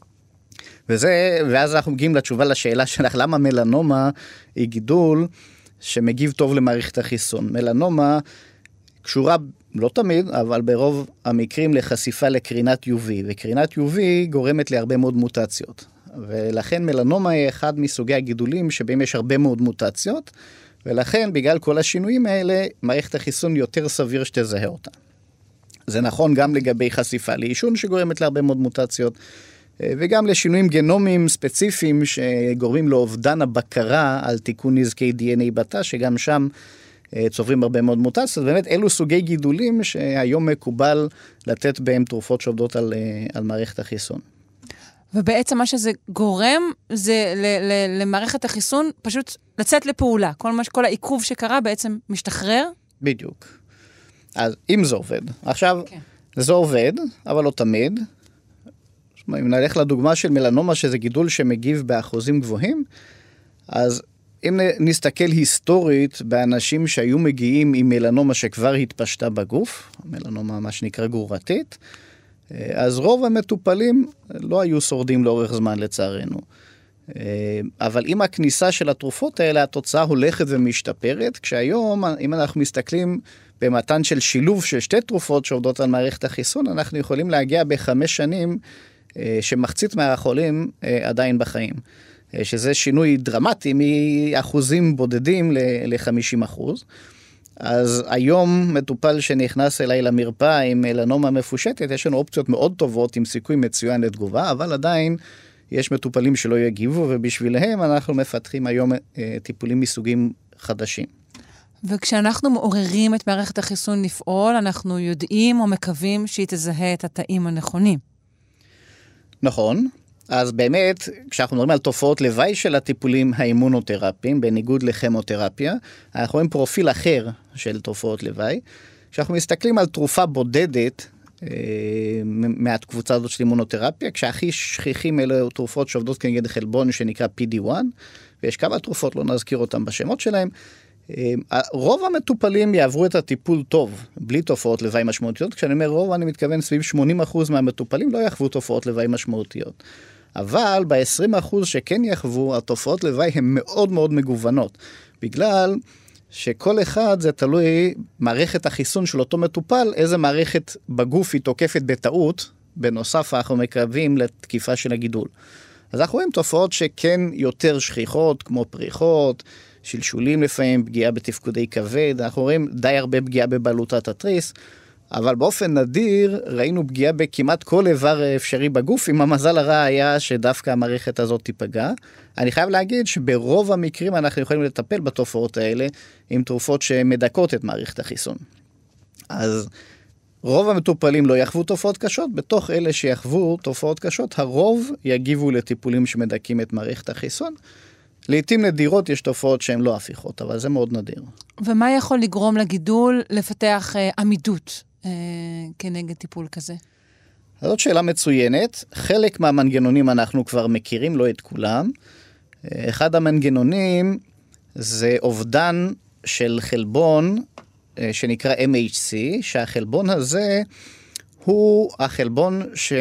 ואז אנחנו מגיעים לתשובה לשאלה שלך, למה מלנומה היא גידול שמגיב טוב למערכת החיסון. מלנומה קשורה, לא תמיד, אבל ברוב המקרים לחשיפה לקרינת UV, וקרינת UV גורמת להרבה מאוד מוטציות. ולכן מלנומה היא אחד מסוגי הגידולים שבהם יש הרבה מאוד מוטציות, ולכן בגלל כל השינויים האלה, מערכת החיסון יותר סביר שתזהה אותה. זה נכון גם לגבי חשיפה לעישון שגורמת להרבה מאוד מוטציות, וגם לשינויים גנומיים ספציפיים שגורמים לאובדן הבקרה על תיקון נזקי DNA בתא, שגם שם צוברים הרבה מאוד מוטציות. באמת אלו סוגי גידולים שהיום מקובל לתת בהם תרופות שעובדות על מערכת החיסון. ובעצם מה שזה גורם זה למערכת החיסון פשוט לצאת לפעולה. כל העיכוב שקרה בעצם משתחרר? בדיוק. אז אם זה עובד. עכשיו, זה עובד, אבל לא תמיד. אם נלך לדוגמה של מלנומה, שזה גידול שמגיב באחוזים גבוהים, אז אם נסתכל היסטורית באנשים שהיו מגיעים עם מלנומה שכבר התפשטה בגוף, מלנומה מה שנקרא גרורתית, אז רוב המטופלים לא היו שורדים לאורך זמן לצערנו. אבל עם הכניסה של התרופות האלה, התוצאה הולכת ומשתפרת, כשהיום, אם אנחנו מסתכלים במתן של שילוב של שתי תרופות שעובדות על מערכת החיסון, אנחנו יכולים להגיע ב5 שנים שמחצית מהחולים עדיין בחיים. שזה שינוי דרמטי מאחוזים בודדים ל-50%. אז היום מטופל שנכנס אליי למרפאה עם מלנומה מפושטת, יש לנו אופציות מאוד טובות עם סיכוי מצוין לתגובה, אבל עדיין יש מטופלים שלא יגיבו, ובשבילהם אנחנו מפתחים היום טיפולים מסוגים חדשים. וכשאנחנו מעוררים את מערכת החיסון לפעול, אנחנו יודעים או מקווים שהיא תזהה את התאים הנכונים. נכון. אז באמת, כשאנחנו מדברים על תופעות לוואי של הטיפולים האימונותרפיים, בניגוד לכימותרפיה, אנחנו רואים פרופיל אחר של תופעות לוואי. כשאנחנו מסתכלים על תרופה בודדת, מהקבוצה הזאת של אימונותרפיה, כשהכי שכיחים אלו תרופות שעובדות כנגד חלבון שנקרא PD-1, ויש כמה תרופות, לא נזכיר אותם בשמות שלהם, רוב המטופלים יעברו את הטיפול טוב, בלי תופעות לוואי משמעותיות. כשאני אומר רוב, אני מתכוון סביב 80% מהמטופלים לא יחוו תופעות לוואי משמעותיות. אבל ב-20% שכן יחוו, התופעות לוואי הן מאוד מאוד מגוונות, בגלל שכל אחד זה תלוי מערכת החיסון של אותו מטופל, איזה מערכת בגוף היא תוקפת בטעות, בנוסף אנחנו מקרבים לתקיפה של הגידול. אז אנחנו רואים תופעות שכן יותר שכיחות, כמו פריחות, שלשולים לפעמים, פגיעה בתפקודי כבד, אנחנו רואים די הרבה פגיעה בבלוטת התריס, אבל באופן נדיר ראינו פגיעה בכמעט כל איבר אפשרי בגוף, אם המזל הרע היה שדווקא המערכת הזאת תיפגע. אני חייב להגיד שברוב המקרים אנחנו יכולים לטפל בתופעות האלה, עם תרופות שמדכאות את מערכת החיסון. אז רוב המטופלים לא יחוו תופעות קשות, בתוך אלה שיחוו תופעות קשות, הרוב יגיבו לטיפולים שמדכאים את מערכת החיסון. לעתים נדירות יש תופעות שהן לא הפיכות, אבל זה מאוד נדיר. ומה יכול לגרום לגידול לפתח עמידות כנגד טיפול כזה? זאת שאלה מצוינת. חלק מהמנגנונים אנחנו כבר מכירים, לא את כולם. אחד המנגנונים זה אובדן של חלבון שנקרא MHC, שהחלבון הזה הוא החלבון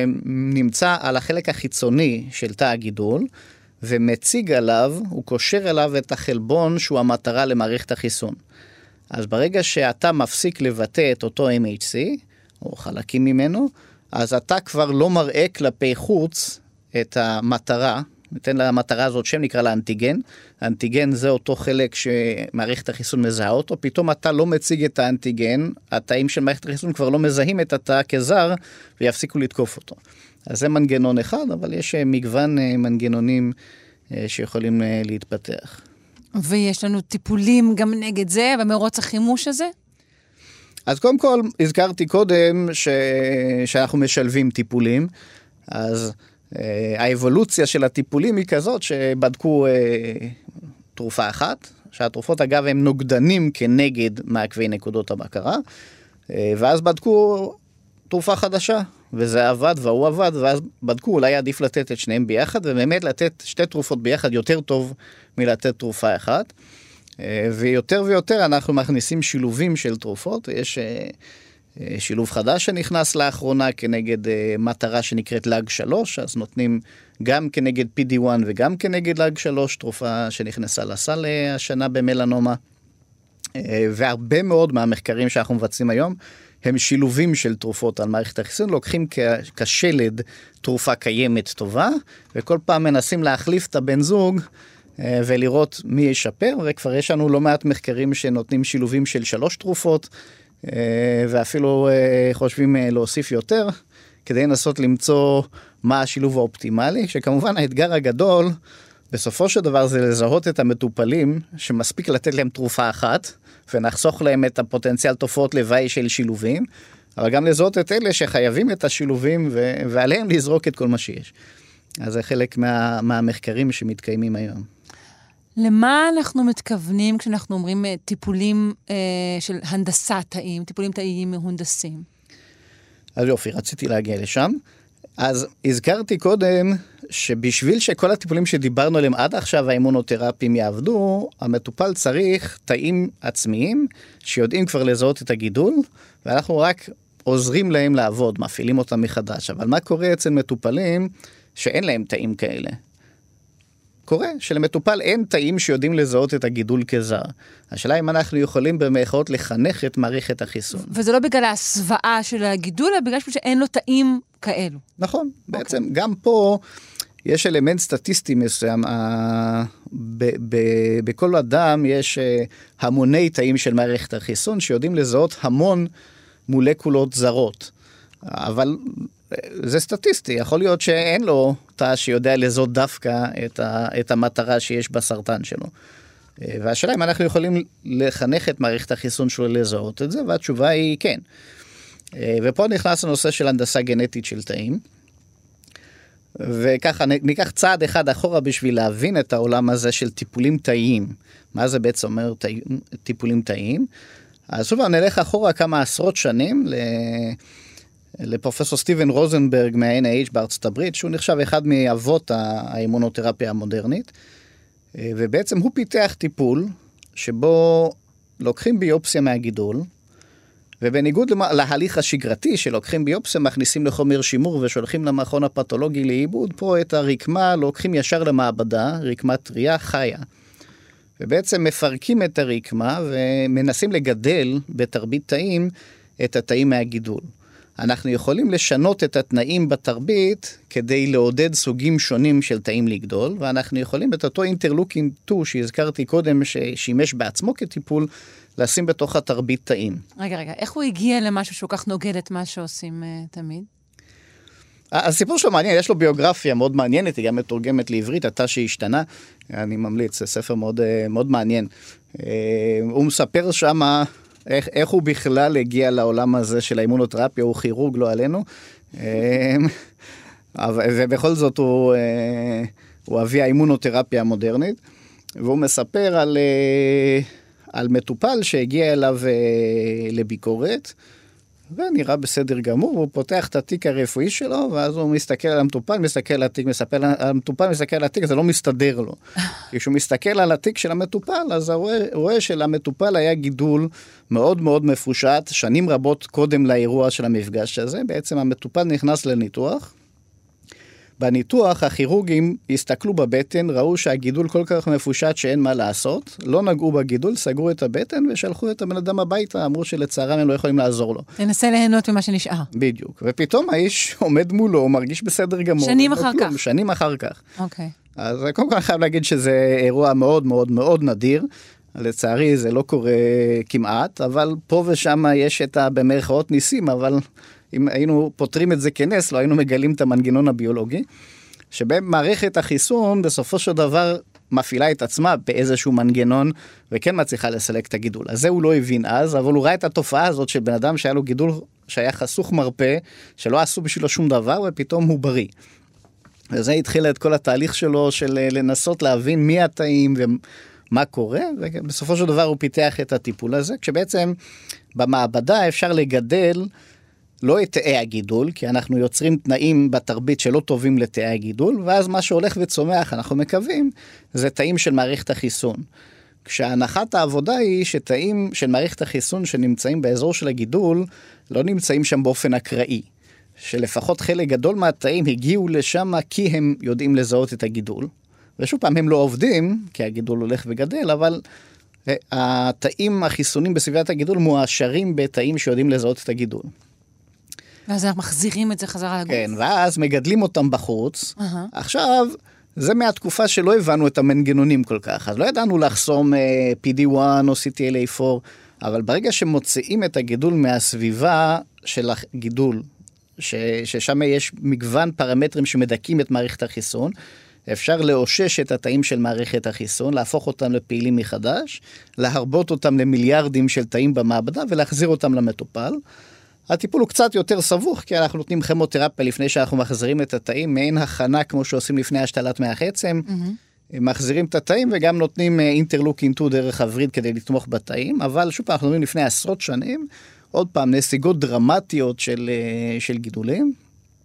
שנמצא על החלק החיצוני של תא הגידול, ומציג עליו, הוא קושר אליו את החלבון שהוא המטרה למערכת החיסון. אז ברגע שאתה מפסיק לבטא את אותו MHC, או חלקים ממנו, אז אתה כבר לא מראה כלפי חוץ את המטרה, ניתן למטרה הזאת שם, נקרא לה אנטיגן. האנטיגן זה אותו חלק שמערכת החיסון מזהה אותו, פתאום אתה לא מציג את האנטיגן, התאים של מערכת החיסון כבר לא מזהים את התא כזר, ויפסיקו לתקוף אותו. אז זה מנגנון אחד, אבל יש מגוון מנגנונים שיכולים להתפתח. ויש לנו טיפולים גם נגד זה, במרוץ החימוש הזה? אז קודם כל, הזכרתי קודם שאנחנו משלבים טיפולים, אז האבולוציה של הטיפולים היא כזאת שבדקו תרופה אחת, שהתרופות אגב הם נוגדנים כנגד מעקבי נקודות הבקרה, ואז בדקו תרופה חדשה, וזה עבד והוא עבד, ואז בדקו אולי עדיף לתת את שניהם ביחד, ובאמת לתת שתי תרופות ביחד יותר טוב מלתת תרופה אחת, ויותר ויותר אנחנו מכניסים שילובים של תרופות, יש שילוב חדש שנכנס לאחרונה כנגד מטרה שנקראת לאג 3, אז נותנים גם כנגד PD-1 וגם כנגד לאג 3, תרופה שנכנסה לסל השנה במלנומה, והרבה מאוד מהמחקרים שאנחנו מבצעים היום, הם שילובים של תרופות על מערכת החיסון, לוקחים כשלד תרופה קיימת טובה, וכל פעם מנסים להחליף את הבן זוג, ולראות מי ישפר, וכבר יש לנו לא מעט מחקרים שנותנים שילובים של 3 תרופות, ואפילו חושבים להוסיף יותר, כדי לנסות למצוא מה השילוב האופטימלי, שכמובן האתגר הגדול, בסופו של דבר זה לזהות את המטופלים, שמספיק לתת להם תרופה אחת, ונחסוך להם את הפוטנציאל תופעות לוואי של שילובים, אבל גם לזהות את אלה שחייבים את השילובים, ועליהם לזרוק את כל מה שיש. אז זה חלק מהמחקרים שמתקיימים היום. למה אנחנו מתכוונים כשאנחנו אומרים טיפולים של הנדסת תאים, טיפולים תאיים מהונדסים? אז יופי, רציתי להגיע לשם. אז הזכרתי קודם שבשביל שכל הטיפולים שדיברנו עליהם עד עכשיו האימונותרפיים יעבדו, המטופל צריך תאים עצמיים שיודעים כבר לזהות את הגידול, ואנחנו רק עוזרים להם לעבוד, מפעילים אותם מחדש. אבל מה קורה אצל מטופלים שאין להם תאים כאלה? קורה שלמטופל אין תאים שיודעים לזהות את הגידול כזר. השאלה אם אנחנו יכולים במחאות לחנך את מערכת החיסון. וזה לא בגלל הסוואה של הגידול, אלא בגלל שאין לו תאים כאלו. נכון, בעצם גם פה יש אלמנט סטטיסטי מסוים. בכל אדם יש המוני תאים של מערכת החיסון שיודעים לזהות המון מולקולות זרות. אבל זה סטטיסטי, יכול להיות שאין לו תא שיודע לזהות דווקא את המטרה שיש בסרטן שלו. והשאלה אם אנחנו יכולים לחנך את מערכת החיסון שלו לזהות את זה, והתשובה היא כן. ופה נכנס הנושא של הנדסה גנטית של תאים, וככה ניקח צעד אחד אחורה בשביל להבין את העולם הזה של טיפולים תאיים. מה זה בעצם אומר טיפולים תאיים? אז שוב נלך אחורה כמה עשרות שנים לפרופסור סטיבן רוזנברג מה-NIH בארצות הברית, שהוא נחשב אחד מאבות האימונותרפיה המודרנית, ובעצם הוא פיתח טיפול שבו לוקחים ביופסיה מהגידול, ובניגוד להליך השגרתי שלוקחים ביופסיה, מכניסים לחומר שימור ושולחים למכון הפתולוגי לעיבוד, פה את הרקמה לוקחים ישר למעבדה, רקמה טריה חיה. ובעצם מפרקים את הרקמה ומנסים לגדל בתרבית תאים את התאים מהגידול. אנחנו יכולים לשנות את התנאים בתרבית כדי לעודד סוגים שונים של תאים לגדול, ואנחנו יכולים את אותו אינטרלוקין 2 שהזכרתי קודם ששימש בעצמו כטיפול, לשים בתוך התרבית תאים. רגע, איך הוא הגיע למשהו שהוא כך נוגד את מה שעושים תמיד? הסיפור שלו מעניין, יש לו ביוגרפיה מאוד מעניינת, היא גם מתורגמת לעברית, התא שהשתנה, אני ממליץ, זה ספר מאוד, מאוד מעניין. הוא מספר שמה איך הוא בכלל הגיע לעולם הזה של האימונותרפיה, הוא כירורג לא עלינו, ובכל זאת הוא אבי האימונותרפיה המודרנית, והוא מספר על מטופל שהגיע אליו לביקורת, ונראה בסדר גמור, הוא פותח את התיק הרפואי שלו, ואז הוא מסתכל על המטופל, מסתכל על התיק, המטופל מסתכל על התיק, זה לא מסתדר לו. כשהוא מסתכל על התיק של המטופל, אז הוא רואה שלמטופל היה גידול מאוד מאוד מפושט, שנים רבות קודם לאירוע של המפגש הזה, בעצם המטופל נכנס לניתוח, בניתוח הכירורגים הסתכלו בבטן, ראו שהגידול כל כך מפושט שאין מה לעשות, לא נגעו בגידול, סגרו את הבטן ושלחו את הבן אדם הביתה, אמרו שלצערם הם לא יכולים לעזור לו. תנסה ליהנות ממה שנשאר. בדיוק, ופתאום האיש עומד מולו, מרגיש בסדר גמור. שנים אחר כך. שנים אחר כך. אוקיי. אז קודם כל אני חייב להגיד שזה אירוע מאוד מאוד מאוד נדיר, לצערי זה לא קורה כמעט, אבל פה ושם יש את במרכאות ניסים, אבל אם היינו פותרים את זה כנס, לא היינו מגלים את המנגנון הביולוגי, שבמערכת החיסון בסופו של דבר מפעילה את עצמה באיזשהו מנגנון, וכן מצליחה לסלק את הגידול. אז זה הוא לא הבין אז, אבל הוא ראה את התופעה הזאת של בן אדם שהיה לו גידול שהיה חסוך מרפא, שלא עשו בשבילו שום דבר, ופתאום הוא בריא. וזה התחיל את כל התהליך שלו של לנסות להבין מי התאים ומה קורה, ובסופו של דבר הוא פיתח את הטיפול הזה, כשבעצם במעבדה אפשר לגדל לא את תאי הגידול, כי אנחנו יוצרים תנאים בתרבית שלא טובים לתאי הגידול, ואז מה שהולך וצומח, אנחנו מקווים, זה תאים של מערכת החיסון. כשהנחת העבודה היא שתאים של מערכת החיסון שנמצאים באזור של הגידול, לא נמצאים שם באופן אקראי. שלפחות חלק גדול מהתאים הגיעו לשם כי הם יודעים לזהות את הגידול. ושוב פעם הם לא עובדים, כי הגידול הולך וגדל, אבל התאים החיסונים בסביבת הגידול מואשרים בתאים שיודעים לזהות את הגידול. ואז אנחנו מחזירים את זה חזרה לגוף. כן, ואז מגדלים אותם בחוץ. עכשיו, זה מהתקופה שלא הבנו את המנגנונים כל כך. אז לא ידענו לחסום PD1 או CTLA4, אבל ברגע שמוצאים את הגידול מהסביבה של הגידול, ששם יש מגוון פרמטרים שמדקים את מערכת החיסון, אפשר לאושש את התאים של מערכת החיסון, להפוך אותם לפעילים מחדש, להרבות אותם למיליארדים של תאים במעבדה ולהחזיר אותם למטופל. הטיפול הוא קצת יותר סבוך, כי אנחנו נותנים כימותרפיה לפני שאנחנו מחזירים את התאים, מעין הכנה כמו שעושים לפני השתלת מח עצם, מחזירים את התאים וגם נותנים אינטרלוקין 2 דרך הווריד כדי לתמוך בתאים, אבל שוב פעם אנחנו נותנים לפני עשרות שנים, עוד פעם נסיגות דרמטיות של גידולים.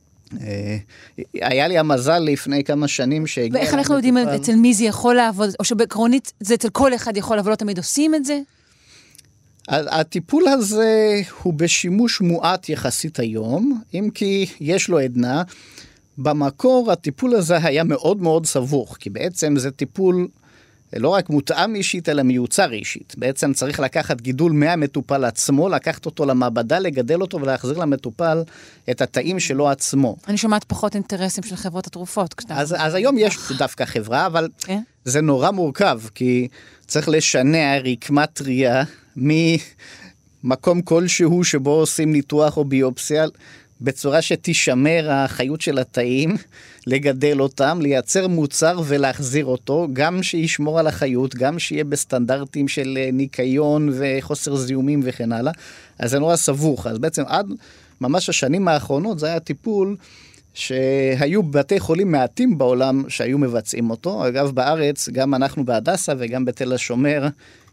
היה לי המזל לפני כמה שנים שהגיע... ואיך אנחנו יודעים אצל מי זה יכול לעבוד, או שבעקרונית זה אצל כל אחד יכול, אבל לא תמיד עושים את זה? הטיפול הזה הוא בשימוש מועט יחסית היום, אם כי יש לו עדנה. במקור הטיפול הזה היה מאוד מאוד סבוך, כי בעצם זה טיפול לא רק מותאם אישית, אלא מיוצר אישית. בעצם צריך לקחת גידול מהמטופל עצמו, לקחת אותו למעבדה, לגדל אותו ולהחזיר למטופל את התאים שלו עצמו. אני שומעת פחות אינטרסים של חברות התרופות. אז היום יש דווקא חברה, אבל זה נורא מורכב, כי צריך לשנע רקמה טריה ממקום כלשהו שבו עושים ניתוח או ביופסיה, בצורה שתישמר החיות של התאים, לגדל אותם, לייצר מוצר ולהחזיר אותו, גם שישמור על החיות, גם שיהיה בסטנדרטים של ניקיון וחוסר זיהומים וכן הלאה. אז זה נורא סבוך. אז בעצם עד ממש השנים האחרונות זה היה טיפול שהיו בתי חולים מעטים בעולם שהיו מבצעים אותו. אגב, בארץ, גם אנחנו בהדסה וגם בתל השומר,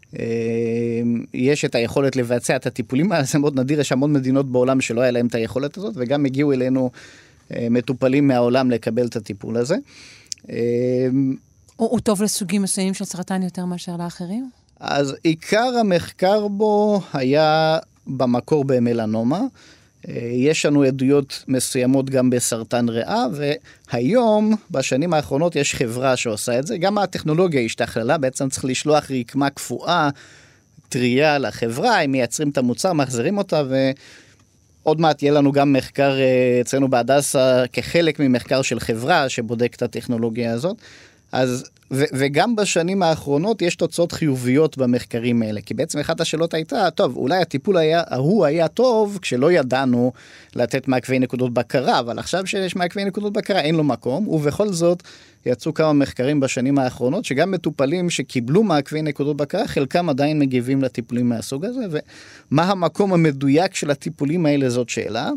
יש את היכולת לבצע את הטיפולים, זה מאוד נדיר, יש המון מדינות בעולם שלא היה להם את היכולת הזאת, וגם הגיעו אלינו מטופלים מהעולם לקבל את הטיפול הזה. הוא טוב לסוגים מסוימים של סרטן יותר מאשר לאחרים? אז עיקר המחקר בו היה במקור במלנומה, יש לנו עדויות מסוימות גם בסרטן ריאה, והיום, בשנים האחרונות, יש חברה שעושה את זה. גם הטכנולוגיה השתכללה, בעצם צריך לשלוח רקמה קפואה, טריה לחברה, הם מייצרים את המוצר, מחזירים אותה, ועוד מעט יהיה לנו גם מחקר אצלנו בהדסה, כחלק ממחקר של חברה שבודק את הטכנולוגיה הזאת. אז וגם בשנים האחרונות יש תוצאות חיוביות במחקרים האלה, כי בעצם אחת השאלות הייתה, טוב, אולי הטיפול היה טוב כשלא ידענו לתת מעקבי נקודות בקרה, אבל עכשיו שיש מעקבי נקודות בקרה אין לו מקום, ובכל זאת יצאו כמה מחקרים בשנים האחרונות, שגם מטופלים שקיבלו מעקבי נקודות בקרה, חלקם עדיין מגיבים לטיפולים מהסוג הזה, ומה המקום המדויק של הטיפולים האלה זאת שאלה,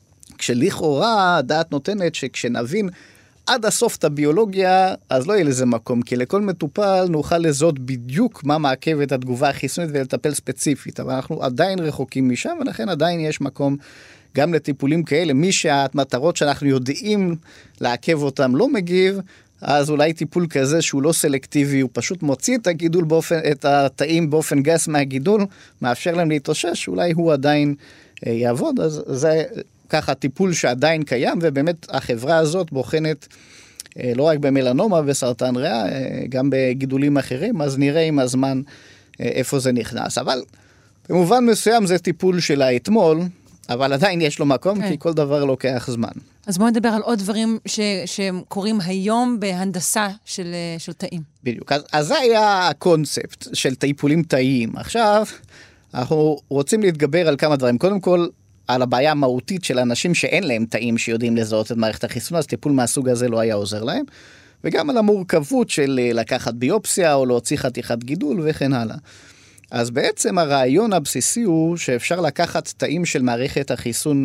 כשלכאורה הדעת נותנת שכשנבין עד הסוף את הביולוגיה, אז לא יהיה לזה מקום, כי לכל מטופל נוכל לזהות בדיוק מה מעכב את התגובה החיסונית ולטפל ספציפית, אבל אנחנו עדיין רחוקים משם, ולכן עדיין יש מקום גם לטיפולים כאלה. מי שהמטרות שאנחנו יודעים לעכב אותם לא מגיב, אז אולי טיפול כזה שהוא לא סלקטיבי, הוא פשוט מוציא את התאים באופן גס מהגידול, מאפשר להם להתאושש, אולי הוא עדיין יעבוד, אז זה ככה טיפול שעדיין קיים, ובאמת החברה הזאת בוחנת לא רק במלנומה וסרטן ריאה, גם בגידולים אחרים, אז נראה עם הזמן איפה זה נכנס. אבל במובן מסוים זה טיפול של האתמול, אבל עדיין יש לו מקום, כי כל דבר לוקח זמן. אז בואו נדבר על עוד דברים שקורים היום בהנדסה של תאים. בדיוק, אז זה היה הקונספט של טיפולים תאיים. עכשיו, אנחנו רוצים להתגבר על כמה דברים. קודם כל, על הבעיה המהותית של אנשים שאין להם תאים שיודעים לזהות את מערכת החיסון, אז טיפול מהסוג הזה לא היה עוזר להם, וגם על המורכבות של לקחת ביופסיה או להוציא חתיכת גידול וכן הלאה. אז בעצם הרעיון הבסיסי הוא שאפשר לקחת תאים של מערכת החיסון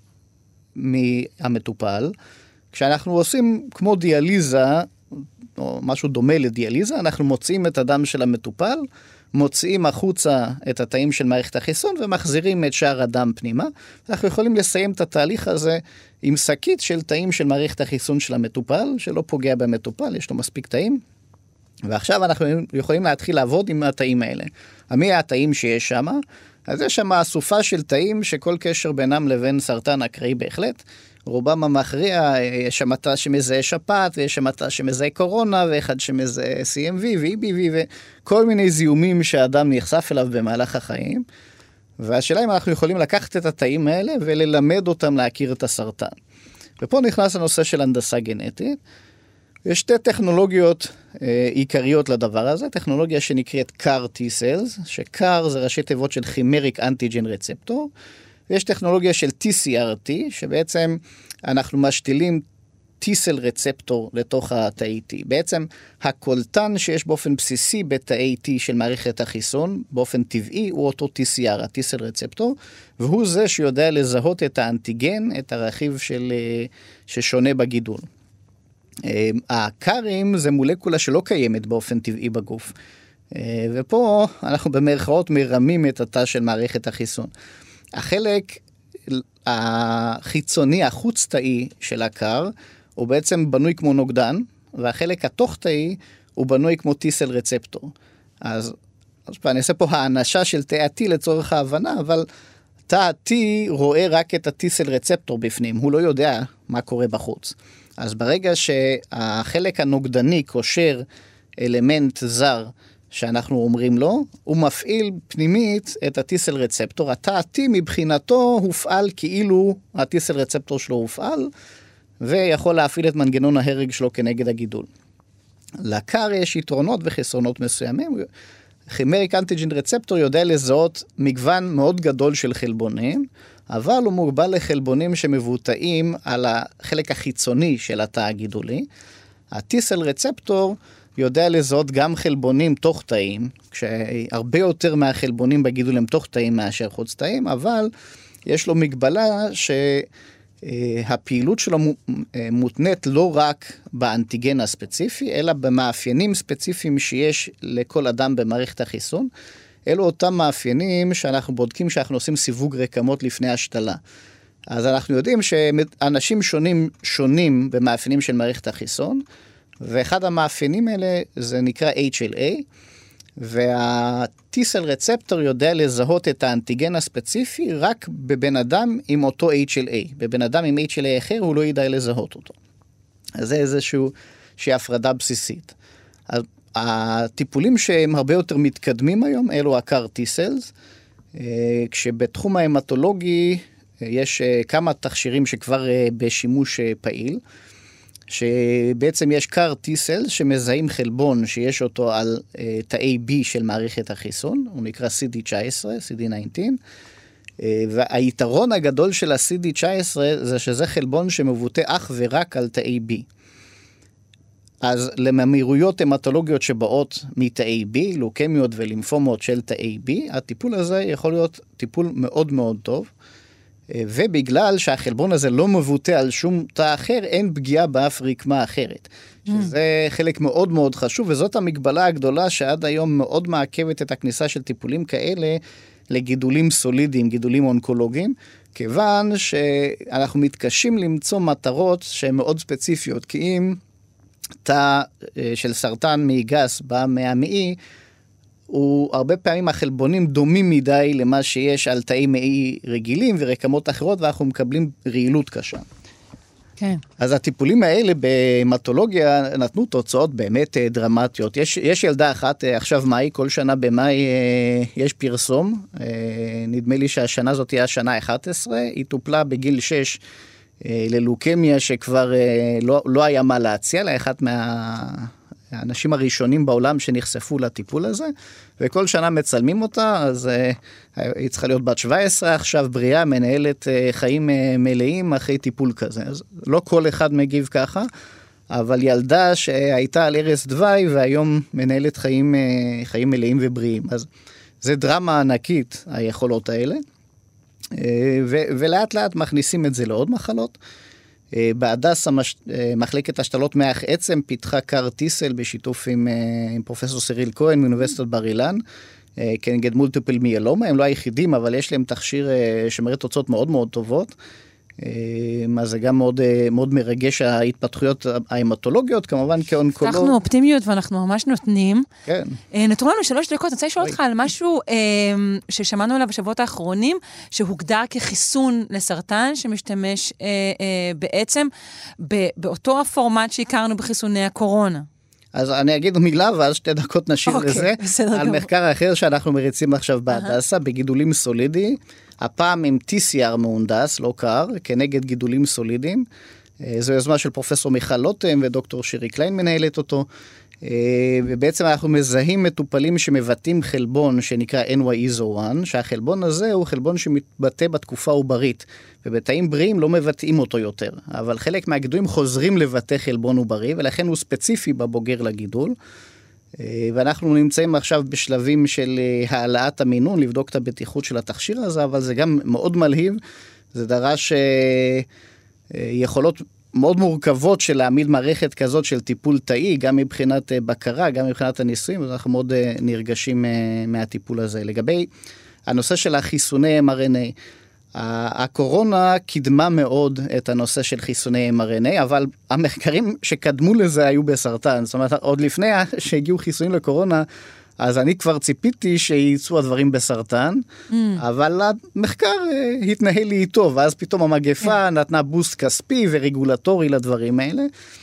מהמטופל, כשאנחנו עושים כמו דיאליזה, או משהו דומה לדיאליזה, אנחנו מוציאים את הדם של המטופל, מוציאים החוצה את התאים של מערכת החיסון ומחזירים את שאר הדם פנימה. אנחנו יכולים לסיים את התהליך הזה עם שקית של תאים של מערכת החיסון של המטופל, שלא פוגע במטופל, יש לו מספיק תאים. ועכשיו אנחנו יכולים להתחיל לעבוד עם התאים האלה. מי התאים שיש שם? אז יש שם אסופה של תאים שכל קשר בינם לבין סרטן אקראי בהחלט. רובם המכריע, יש שם תא שמזהה שפעת, ויש שם תא שמזהה קורונה, ואחד שמזהה CMV ו-EBV, וכל מיני זיהומים שהאדם נחשף אליו במהלך החיים. והשאלה אם אנחנו יכולים לקחת את התאים האלה, וללמד אותם להכיר את הסרטן. ופה נכנס הנושא של הנדסה גנטית. יש שתי טכנולוגיות עיקריות לדבר הזה, טכנולוגיה שנקראת CAR T-Cells, ש-CAR זה ראשי תיבות של Chimeric Antigen Receptor, ויש טכנולוגיה של TCRT, שבעצם אנחנו משתילים T-Cell רצפטור לתוך התאי T. בעצם הקולטן שיש באופן בסיסי בתאי T של מערכת החיסון, באופן טבעי, הוא אותו TCR, ה-T-Cell רצפטור, והוא זה שיודע לזהות את האנטיגן, את הרכיב ששונה בגידול. הקארים זה מולקולה שלא קיימת באופן טבעי בגוף. ופה אנחנו במרכאות מרמים את התא של מערכת החיסון. החלק החיצוני, החוץ-תאי של הקאר, הוא בעצם בנוי כמו נוגדן, והחלק התוך-תאי הוא בנוי כמו T-Cell רצפטור. אז אני אעשה פה האנשה של תא T לצורך ההבנה, אבל תא T רואה רק את ה-T-Cell רצפטור בפנים, הוא לא יודע מה קורה בחוץ. אז ברגע שהחלק הנוגדני קושר אלמנט זר שאנחנו אומרים לו, הוא מפעיל פנימית את ה-T-Cell רצפטור. התא T מבחינתו הופעל כאילו ה-T-Cell רצפטור שלו הופעל, ויכול להפעיל את מנגנון ההרג שלו כנגד הגידול. לקאר יש יתרונות וחסרונות מסוימים. Chimeric Antigen Receptor יודע לזהות מגוון מאוד גדול של חלבונים, אבל הוא מוגבל לחלבונים שמבוטאים על החלק החיצוני של התא הגידולי. הטיסל רצפטור יודע לזהות גם חלבונים תוך תאים, כשהרבה יותר מהחלבונים בגידול הם תוך תאים מאשר חוץ תאים, אבל יש לו מגבלה שהפעילות שלו מותנית לא רק באנטיגן הספציפי, אלא במאפיינים ספציפיים שיש לכל אדם במערכת החיסון. אלו אותם מאפיינים שאנחנו בודקים שאנחנו עושים סיווג רקמות לפני השתלה. אז אנחנו יודעים שאנשים שונים במאפיינים של מערכת החיסון, ואחד המאפיינים האלה זה נקרא HLA, והטיסל רצפטור יודע לזהות את האנטיגן הספציפי רק בבן אדם עם אותו HLA. בבן אדם עם HLA אחר הוא לא ידע לזהות אותו. אז זה איזושהי הפרדה בסיסית. הטיפולים שהם הרבה יותר מתקדמים היום, אלו הקאר טיסלס, כשבתחום ההמטולוגי יש כמה תכשירים שכבר בשימוש פעיל, שבעצם יש קאר טיסלס שמזהים חלבון שיש אותו על תאי B של מערכת החיסון, הוא נקרא CD19, CD19, והיתרון הגדול של ה-CD19 זה שזה חלבון שמבוטא אך ורק על תאי B. אז לממירויות המטולוגיות שבאות מתאי B, לוקמיות ולימפומות של תאי B, הטיפול הזה יכול להיות טיפול מאוד מאוד טוב, ובגלל שהחלבון הזה לא מבוטא על שום תא אחר, אין פגיעה באף רקמה אחרת. שזה חלק מאוד מאוד חשוב, וזאת המגבלה הגדולה שעד היום מאוד מעכבת את הכניסה של טיפולים כאלה לגידולים סולידיים, גידולים אונקולוגיים, כיוון שאנחנו מתקשים למצוא מטרות שהן מאוד ספציפיות, כי אם תא של סרטן מעי גס בא מהמעי, הוא הרבה פעמים החלבונים דומים מדי למה שיש על תאי מעי רגילים ורקמות אחרות, ואנחנו מקבלים רעילות קשה. כן. אז הטיפולים האלה בהמטולוגיה נתנו תוצאות באמת דרמטיות. יש ילדה אחת, עכשיו מאי, כל שנה במאי יש פרסום, נדמה לי שהשנה הזאת תהיה השנה 11, היא טופלה בגיל 6 ללוקמיה שכבר לא היה מה להציע, לאחת האנשים הראשונים בעולם שנחשפו לטיפול הזה, וכל שנה מצלמים אותה, אז היא צריכה להיות בת 17 עכשיו, בריאה, מנהלת חיים מלאים אחרי טיפול כזה. אז לא כל אחד מגיב ככה, אבל ילדה שהייתה על ערש דווי, והיום מנהלת חיים מלאים ובריאים. אז זה דרמה ענקית, היכולות האלה, ולאט לאט מכניסים את זה לעוד מחלות. בהדסה מחלקת השתלות מח עצם פיתחה קאר טיסל בשיתוף עם פרופסור סיריל כהן מאוניברסיטת בר אילן, כנגד מולטיפל מיאלומה. הם לא היחידים, אבל יש להם תכשיר שמראה תוצאות מאוד מאוד טובות. אז זה גם מאוד, מאוד מרגש ההתפתחויות ההמטולוגיות, כמובן כאונקולוג. אנחנו אופטימיות ואנחנו ממש נותנים. כן. נתנו לנו 3 דקות, אני רוצה לשאול אותך על משהו ששמענו עליו בשבועות האחרונים, שהוגדר כחיסון לסרטן, שמשתמש בעצם באותו הפורמט שהכרנו בחיסוני הקורונה. אז אני אגיד מילה, ואז 2 דקות נשאיר לזה, על מחקר אחר שאנחנו מריצים עכשיו בהדסה, בגידולים סולידיים, הפעם עם TCR מהונדס, לא קר, כנגד גידולים סולידיים. זו יוזמה של פרופסור מיכל לוטם ודוקטור שירי קליין מנהלת אותו, ובעצם אנחנו מזהים מטופלים שמבטאים חלבון שנקרא NY-ESO1, שהחלבון הזה הוא חלבון שמתבטא בתקופה עוברית, ובתאים בריאים לא מבטאים אותו יותר, אבל חלק מהגידולים חוזרים לבטא חלבון עוברי, ולכן הוא ספציפי בבוגר לגידול, ואנחנו נמצאים עכשיו בשלבים של העלאת המינון, לבדוק את הבטיחות של התכשיר הזה, אבל זה גם מאוד מלהיב, זה דרש יכולות מאוד מורכבות של להעמיד מערכת כזאת של טיפול תאי, גם מבחינת בקרה, גם מבחינת הניסויים, אז אנחנו מאוד נרגשים מהטיפול הזה. לגבי הנושא של החיסוני mRNA, הקורונה קידמה מאוד את הנושא של חיסוני mRNA, אבל המחקרים שקדמו לזה היו בסרטן, זאת אומרת, עוד לפני שהגיעו חיסונים לקורונה, אז אני כבר ציפיתי שייצאו הדברים בסרטן, אבל המחקר התנהל לי איתו, ואז פתאום המגפה נתנה בוסט כספי ורגולטורי לדברים האלה,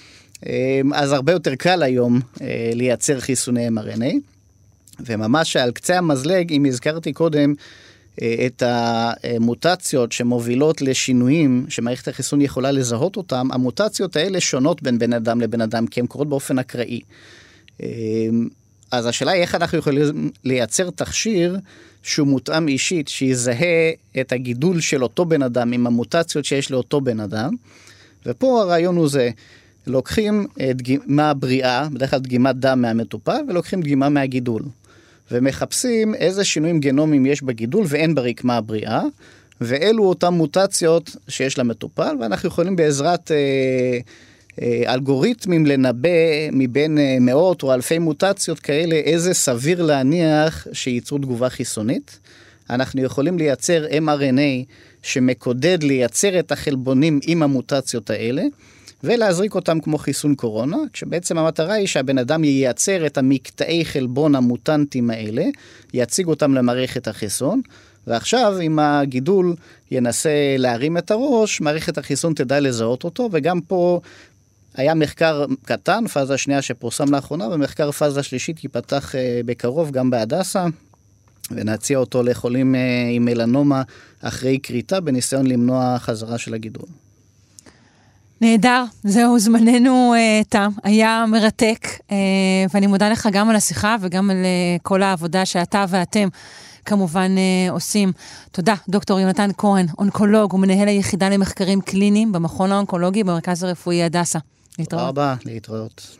אז הרבה יותר קל היום לייצר חיסוני mRNA, וממש על קצה המזלג, אם הזכרתי קודם, את המוטציות שמובילות לשינויים שמערכת החיסון יכולה לזהות אותם, המוטציות האלה שונות בין בן אדם לבן אדם, כי הן קורות באופן אקראי. אז השאלה היא איך אנחנו יכולים לייצר תכשיר שהוא מותאם אישית, שיזהה את הגידול של אותו בן אדם עם המוטציות שיש לאותו בן אדם. ופה הרעיון הוא זה, לוקחים דגימה בריאה, בדרך כלל דגימת דם מהמטופל, ולוקחים דגימה מהגידול. ומחפשים איזה שינויים גנומיים יש בגידול ואין ברקמה הבריאה, ואלו אותם מוטציות שיש למטופל, ואנחנו יכולים בעזרת אלגוריתמים לנבא מבין מאות או אלפי מוטציות כאלה, איזה סביר להניח שייצרו תגובה חיסונית. אנחנו יכולים לייצר mRNA שמקודד לייצר את החלבונים עם המוטציות האלה, ולהזריק אותם כמו חיסון קורונה, כשבעצם המטרה היא שהבן אדם ייצר את המקטעי חלבון המוטנטים האלה, יציג אותם למערכת החיסון, ועכשיו אם הגידול ינסה להרים את הראש, מערכת החיסון תדע לזהות אותו, וגם פה היה מחקר קטן, פאזה שנייה שפורסם לאחרונה, ומחקר פאזה שלישית ייפתח בקרוב גם בהדסה, ונציע אותו לחולים עם מלנומה אחרי קריטה, בניסיון למנוע חזרה של הגידול. נהדר, זהו, זמננו תם, היה מרתק, ואני מודה לך גם על השיחה וגם על כל העבודה שאתה ואתם כמובן עושים. תודה, דוקטור יונתן כהן, אונקולוג ומנהל היחידה למחקרים קליניים במכון האונקולוגי במרכז הרפואי הדסה. להתראות. תודה רבה, להתראות.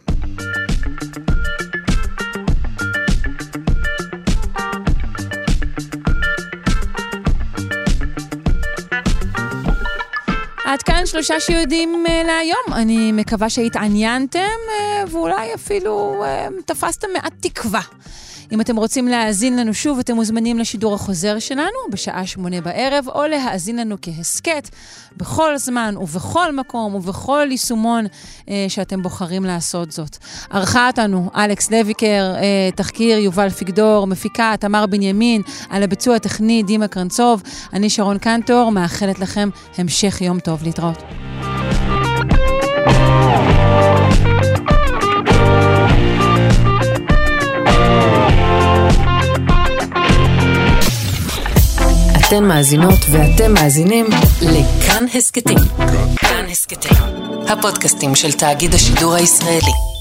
עד כאן 3 שיודעים להיום. אני מקווה שהתעניינתם, ואולי אפילו תפסתם מעט תקווה. אם אתם רוצים להאזין לנו שוב, אתם מוזמנים לשידור החוזר שלנו בשעה 8 בערב, או להאזין לנו כהסקט בכל זמן ובכל מקום ובכל יישומון שאתם בוחרים לעשות זאת. ערכה אותנו אלכס לויקר, תחקיר יובל פיגדור, מפיקה תמר בנימין, על הביצוע הטכני דימה קרנצוב. אני שרון קנטור, מאחלת לכם המשך יום טוב. להתראות. אתן מאזינות ואתם מאזינים לכאן הסקטים. כאן הסקטים, הפודקאסטים של תאגיד השידור הישראלי.